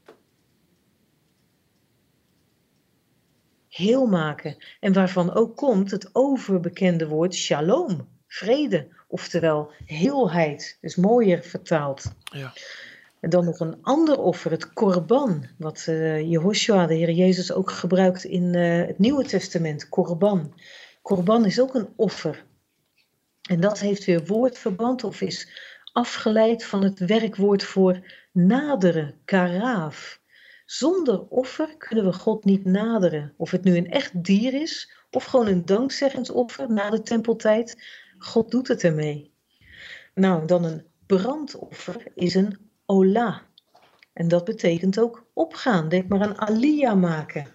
Heel maken. En waarvan ook komt het overbekende woord shalom. Vrede. Oftewel heelheid. Dus mooier vertaald. Ja. En dan nog een ander offer, het korban, wat uh, Jehoshua, de Heer Jezus, ook gebruikt in uh, het Nieuwe Testament, korban. Korban is ook een offer. En dat heeft weer woordverband of is afgeleid van het werkwoord voor naderen, karaaf. Zonder offer kunnen we God niet naderen. Of het nu een echt dier is of gewoon een dankzeggingsoffer na de tempeltijd. God doet het ermee. Nou, dan een brandoffer is een ola. En dat betekent ook opgaan. Denk maar aan aliyah maken.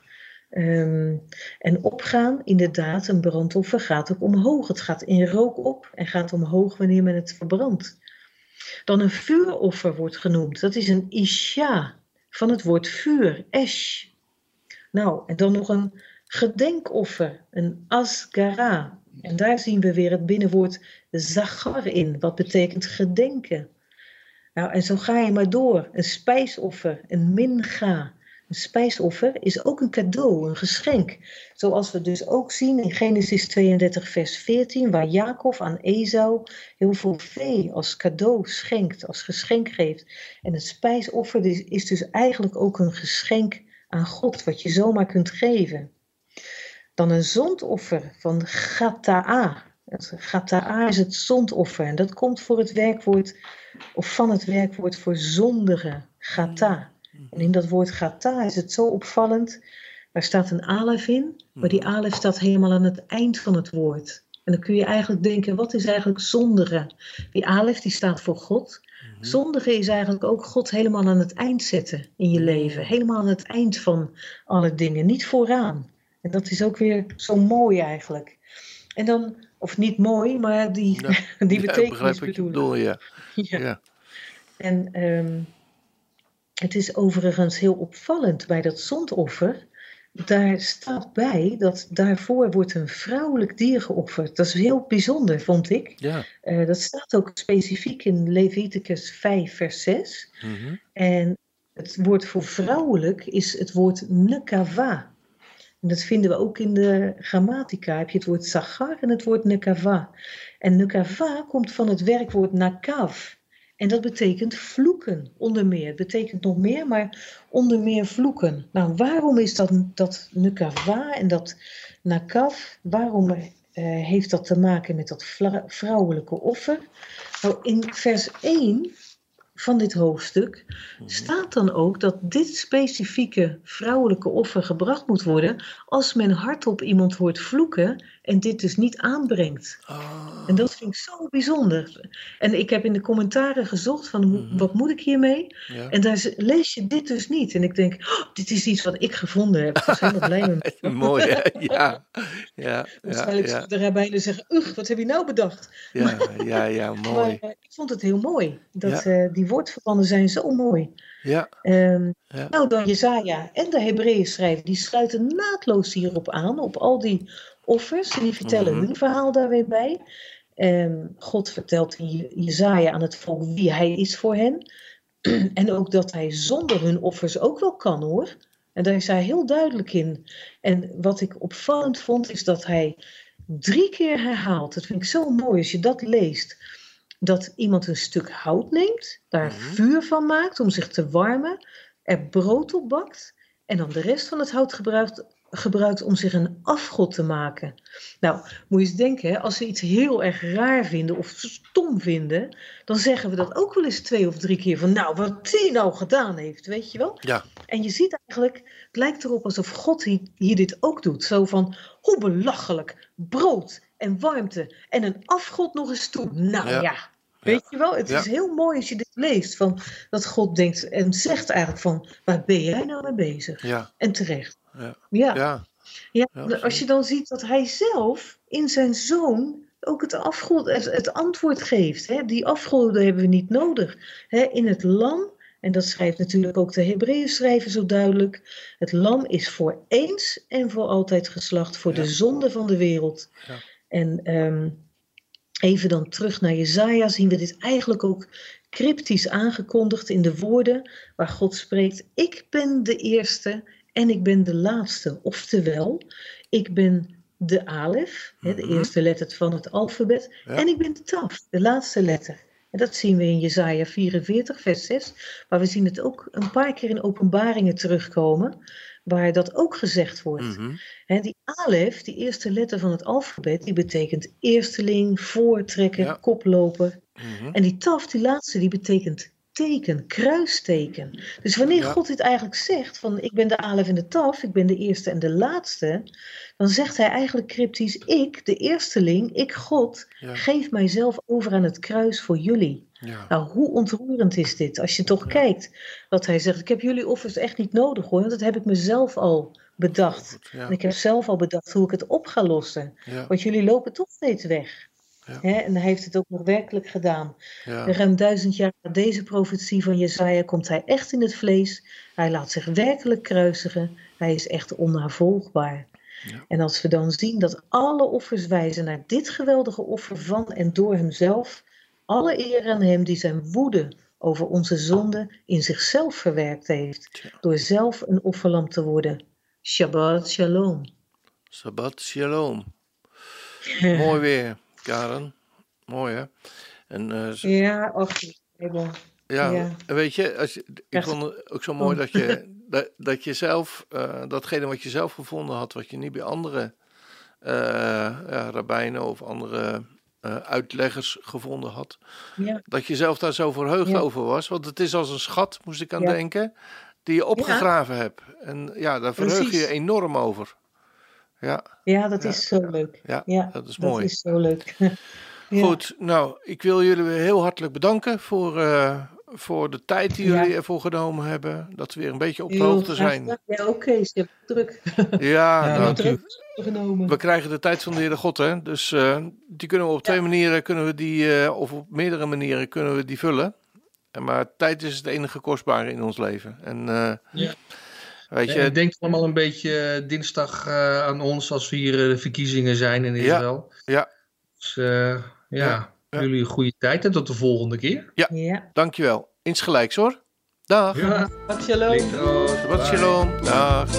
Um, en opgaan, inderdaad, een brandoffer gaat ook omhoog. Het gaat in rook op en gaat omhoog wanneer men het verbrandt. Dan een vuuroffer wordt genoemd. Dat is een isha, van het woord vuur, esh. Nou, en dan nog een gedenkoffer, een asgara. En daar zien we weer het binnenwoord zachar in, wat betekent gedenken. Nou, en zo ga je maar door. Een spijsoffer, een mincha. Een spijsoffer is ook een cadeau, een geschenk. Zoals we dus ook zien in Genesis tweeëndertig vers veertien, waar Jacob aan Esau heel veel vee als cadeau schenkt, als geschenk geeft. En het spijsoffer is dus eigenlijk ook een geschenk aan God, wat je zomaar kunt geven. Dan een zondoffer van gata'a. Gata'a is het zondoffer en dat komt voor het werkwoord, of van het werkwoord voor zondige, gata. En in dat woord gata is het zo opvallend, daar staat een alef in, maar die alef staat helemaal aan het eind van het woord. En dan kun je eigenlijk denken, wat is eigenlijk zondige? Die alef die staat voor God. Zondige is eigenlijk ook God helemaal aan het eind zetten in je leven. Helemaal aan het eind van alle dingen, niet vooraan. En dat is ook weer zo mooi eigenlijk. En dan, of niet mooi, maar die, ja, die betekenis ja, bedoel ik. Ja. Ja. Ja. En um, het is overigens heel opvallend bij dat zondoffer. Daar staat bij dat daarvoor wordt een vrouwelijk dier geofferd. Dat is heel bijzonder, vond ik. Ja. Uh, dat staat ook specifiek in Leviticus vijf vers zes. Mm-hmm. En het woord voor vrouwelijk is het woord nekava. En dat vinden we ook in de grammatica. Heb je het woord zachar en het woord nekava. En nekava komt van het werkwoord nakav. En dat betekent vloeken, onder meer. Het betekent nog meer, maar onder meer vloeken. Nou, waarom is dat, dat nekava en dat nakav, waarom uh, heeft dat te maken met dat vrouwelijke offer? Nou, in vers één van dit hoofdstuk staat dan ook dat dit specifieke vrouwelijke offer gebracht moet worden als men hardop iemand hoort vloeken en dit dus niet aanbrengt. Oh. En dat vind ik zo bijzonder. En ik heb in de commentaren gezocht van mm-hmm. wat moet ik hiermee? Ja. En daar lees je dit dus niet. En ik denk, oh, dit is iets wat ik gevonden heb. Ik was helemaal blij mee. Mooi, hè? Ja. ja. Waarschijnlijk ja, ja. zullen de rabbijnen zeggen, ugh, wat heb je nou bedacht? Ja, maar, ja, ja, mooi. Maar ik vond het heel mooi. Dat, ja. uh, die woordverbanden zijn zo mooi. Ja. Um, ja. Nou, dan Jesaja en de Hebreeën schrijver, die sluiten naadloos hierop aan, op al die offers. En die vertellen mm-hmm. hun verhaal daar weer bij. Um, God vertelt in Jesaja aan het volk wie hij is voor hen. En ook dat hij zonder hun offers ook wel kan, hoor. En daar is hij heel duidelijk in. En wat ik opvallend vond, is dat hij drie keer herhaalt. Dat vind ik zo mooi als je dat leest. Dat iemand een stuk hout neemt, daar mm-hmm. vuur van maakt om zich te warmen, er brood op bakt en dan de rest van het hout gebruikt, gebruikt om zich een afgod te maken. Nou, moet je eens denken, hè, als we iets heel erg raar vinden of stom vinden, dan zeggen we dat ook wel eens twee of drie keer van, nou, wat die nou gedaan heeft, weet je wel? Ja. En je ziet eigenlijk, het lijkt erop alsof God hier, hier dit ook doet. Zo van, hoe belachelijk, brood en warmte en een afgod nog eens toe. Nou ja. ja. Weet je wel, het ja. is heel mooi als je dit leest, van, dat God denkt en zegt eigenlijk van, waar ben jij nou mee bezig? Ja. En terecht. Ja. Ja. Ja. Ja. Ja, als je dan ziet dat hij zelf in zijn zoon ook het, afgod, het, het antwoord geeft. Hè? Die afgoden hebben we niet nodig. Hè? In het lam, en dat schrijft natuurlijk ook de Hebreeën schrijver zo duidelijk, het lam is voor eens en voor altijd geslacht voor ja. de zonde van de wereld. Ja. En um, even dan terug naar Jesaja zien we dit eigenlijk ook cryptisch aangekondigd in de woorden waar God spreekt, ik ben de eerste en ik ben de laatste. Oftewel, ik ben de alef, mm-hmm. de eerste letter van het alfabet, ja. en ik ben de taf, de laatste letter. En dat zien we in Jesaja vierenveertig vers zes, maar we zien het ook een paar keer in openbaringen terugkomen, waar dat ook gezegd wordt. Mm-hmm. He, die alef, die eerste letter van het alfabet, die betekent eersteling, voortrekker, Ja. koploper. Mm-hmm. En die taf, die laatste, die betekent teken, kruisteken. Dus wanneer Ja. God dit eigenlijk zegt, van ik ben de alef en de taf, ik ben de eerste en de laatste, dan zegt hij eigenlijk cryptisch, ik, de eersteling, ik God, Ja. geef mijzelf over aan het kruis voor jullie. Ja. Nou, hoe ontroerend is dit? Als je toch Ja. kijkt, dat hij zegt, ik heb jullie offers echt niet nodig hoor, want dat heb ik mezelf al bedacht. Goed, ja. En ik heb zelf al bedacht hoe ik het op ga lossen. Ja. Want jullie lopen toch steeds weg. Ja. Hè? En hij heeft het ook nog werkelijk gedaan. Ja. En ruim duizend jaar na deze profetie van Jesaja komt hij echt in het vlees. Hij laat zich werkelijk kruisigen. Hij is echt onnavolgbaar. Ja. En als we dan zien dat alle offers wijzen naar dit geweldige offer van en door hemzelf, alle eer aan hem die zijn woede over onze zonde in zichzelf verwerkt heeft, Tja. door zelf een offerlam te worden. Shabbat shalom. Shabbat shalom. Mooi weer, Karen. Mooi, hè? En uh, z- Ja, ach, Bijbel. ja, ja. en weet je, als je, ik Echt. vond het ook zo mooi dat je, dat, dat je zelf, uh, datgene wat je zelf gevonden had, wat je niet bij andere uh, ja, rabbijnen of andere uh, uitleggers gevonden had, Ja. dat je zelf daar zo verheugd Ja. over was. Want het is als een schat, moest ik aan Ja. denken, die je opgegraven hebt. En ja, daar verheug je je Precies. enorm over. Ja, Ja, dat Ja, is zo leuk. ja, Ja, dat is dat mooi. is zo leuk. Ja. Goed, nou, ik wil jullie weer heel hartelijk bedanken voor, uh, voor de tijd die jullie Ja. ervoor genomen hebben. Dat we weer een beetje op de Heel hoogte graag zijn. gedaan. Ja, oké, Kees, je hebt druk. Ja, Ja, nou, dank druk genomen. we krijgen de tijd van de Heere God, hè. Dus uh, die kunnen we op Ja. twee manieren, kunnen we die, uh, of op meerdere manieren kunnen we die vullen. En maar tijd is het enige kostbare in ons leven. En uh, Ja. weet je, En denk allemaal een beetje uh, dinsdag uh, aan ons als we hier uh, de verkiezingen zijn in Israël. ja. Dus uh, ja, Ja, ja. jullie een goede tijd en tot de volgende keer. Ja. dankjewel. Insgelijks hoor. Dag. Ja, Shabbat shalom. Shabbat shalom. Dag.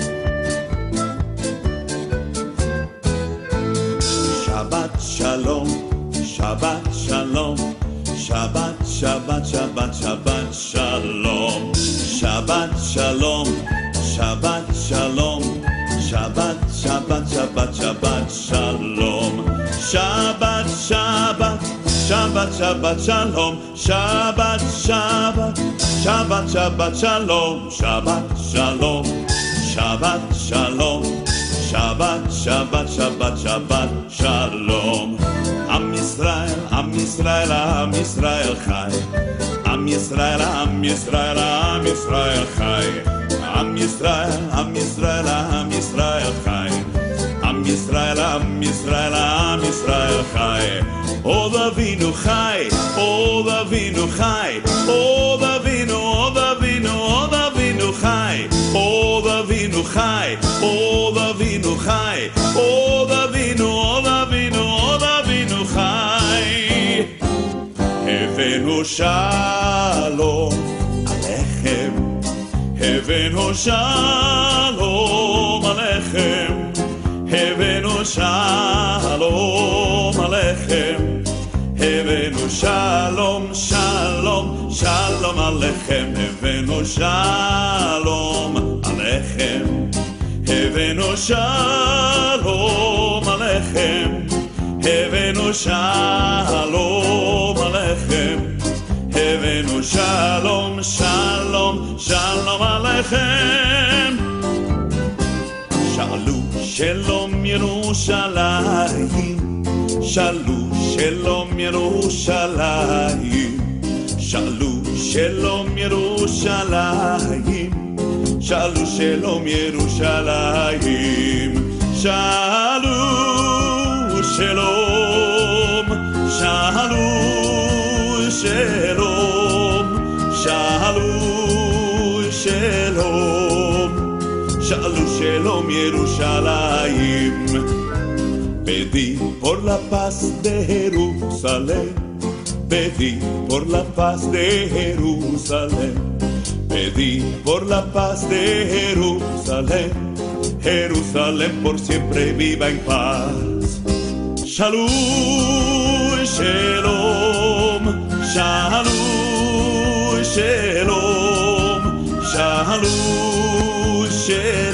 Shabbat shalom, Shabbat shalom, Shabbat, Shabbat, Shabbat, Shabbat shalom, Shabbat shalom, Shabbat shalom, Shabbat, Shabbat, Shabbat, Shabbat shalom, Shabbat, Shabbat, Shabbat, Shabbat shalom, Shabbat, Shabbat, Shabbat, Shabbat shalom, Shabbat shalom, Shabbat shalom. Shabbat, Shabbat, Shabbat, Shabbat, Shalom. Am Yisrael, Am Yisrael, Am Yisrael Chai. Am Yisrael, Am Yisrael, Am Yisrael Chai. Am Yisrael, Am Yisrael, Am Yisrael Chai. Am Yisrael, Am Yisrael, Am Yisrael Chai. O Davinu Chai, O Davinu Chai, O Davinu, O Davinu, O Davinu Chai, O Davinu Chai, O Davinu Chai, O Davinu, O Davinu, O Davinu Chai. Hevenu Shalom Alechem, Hevenu Shalom Alechem, Hevenu Shalom Alechem, Hevenu Shalom, Shalom, Shalom Alechem, Hevenu Shalom Alechem, Hevenu Shalom Alechem, Hevenu Shalom Alechem, Hevenu Shalom, Shalom, Shalom Alechem. Shalu Shalom Yerushalayim, Shalu Shalom Yerushalayim, Shalu Shalom Yerushalayim, Shalu Shalom Yerushalayim, Shalu Shalom, Shalu Shalom, Shalu Shalom, Shalu Shalom Yerushalayim. Pedí por la paz de Jerusalén, pedí por la paz de Jerusalén, pedí por la paz de Jerusalén, Jerusalén por siempre viva en paz. Shalom, Shalom, Shalom, Shalom, Shalom, Shalom.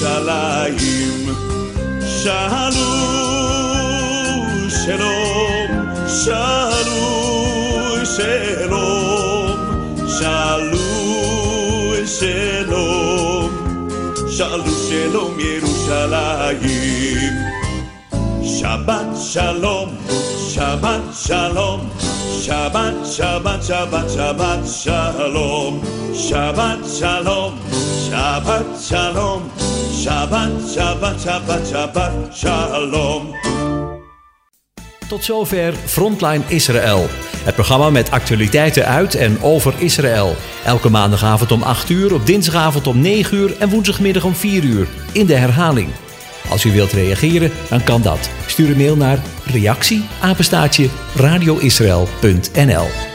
ירושלים. שאלו שלום, שאלו שלום, שאלו שלום, שאלו שלום ירושלים. שבת שלום, שבת שלום, שבת שבת שבת שבת שלום, שבת שלום, שבת שלום, שבת שבת שבת שבת שלום. Tot zover Frontline Israël. Het programma met actualiteiten uit en over Israël. Elke maandagavond om acht uur, op dinsdagavond om negen uur en woensdagmiddag om vier uur. In de herhaling. Als u wilt reageren, dan kan dat. Stuur een mail naar reactie apenstaartje radioisrael punt n l.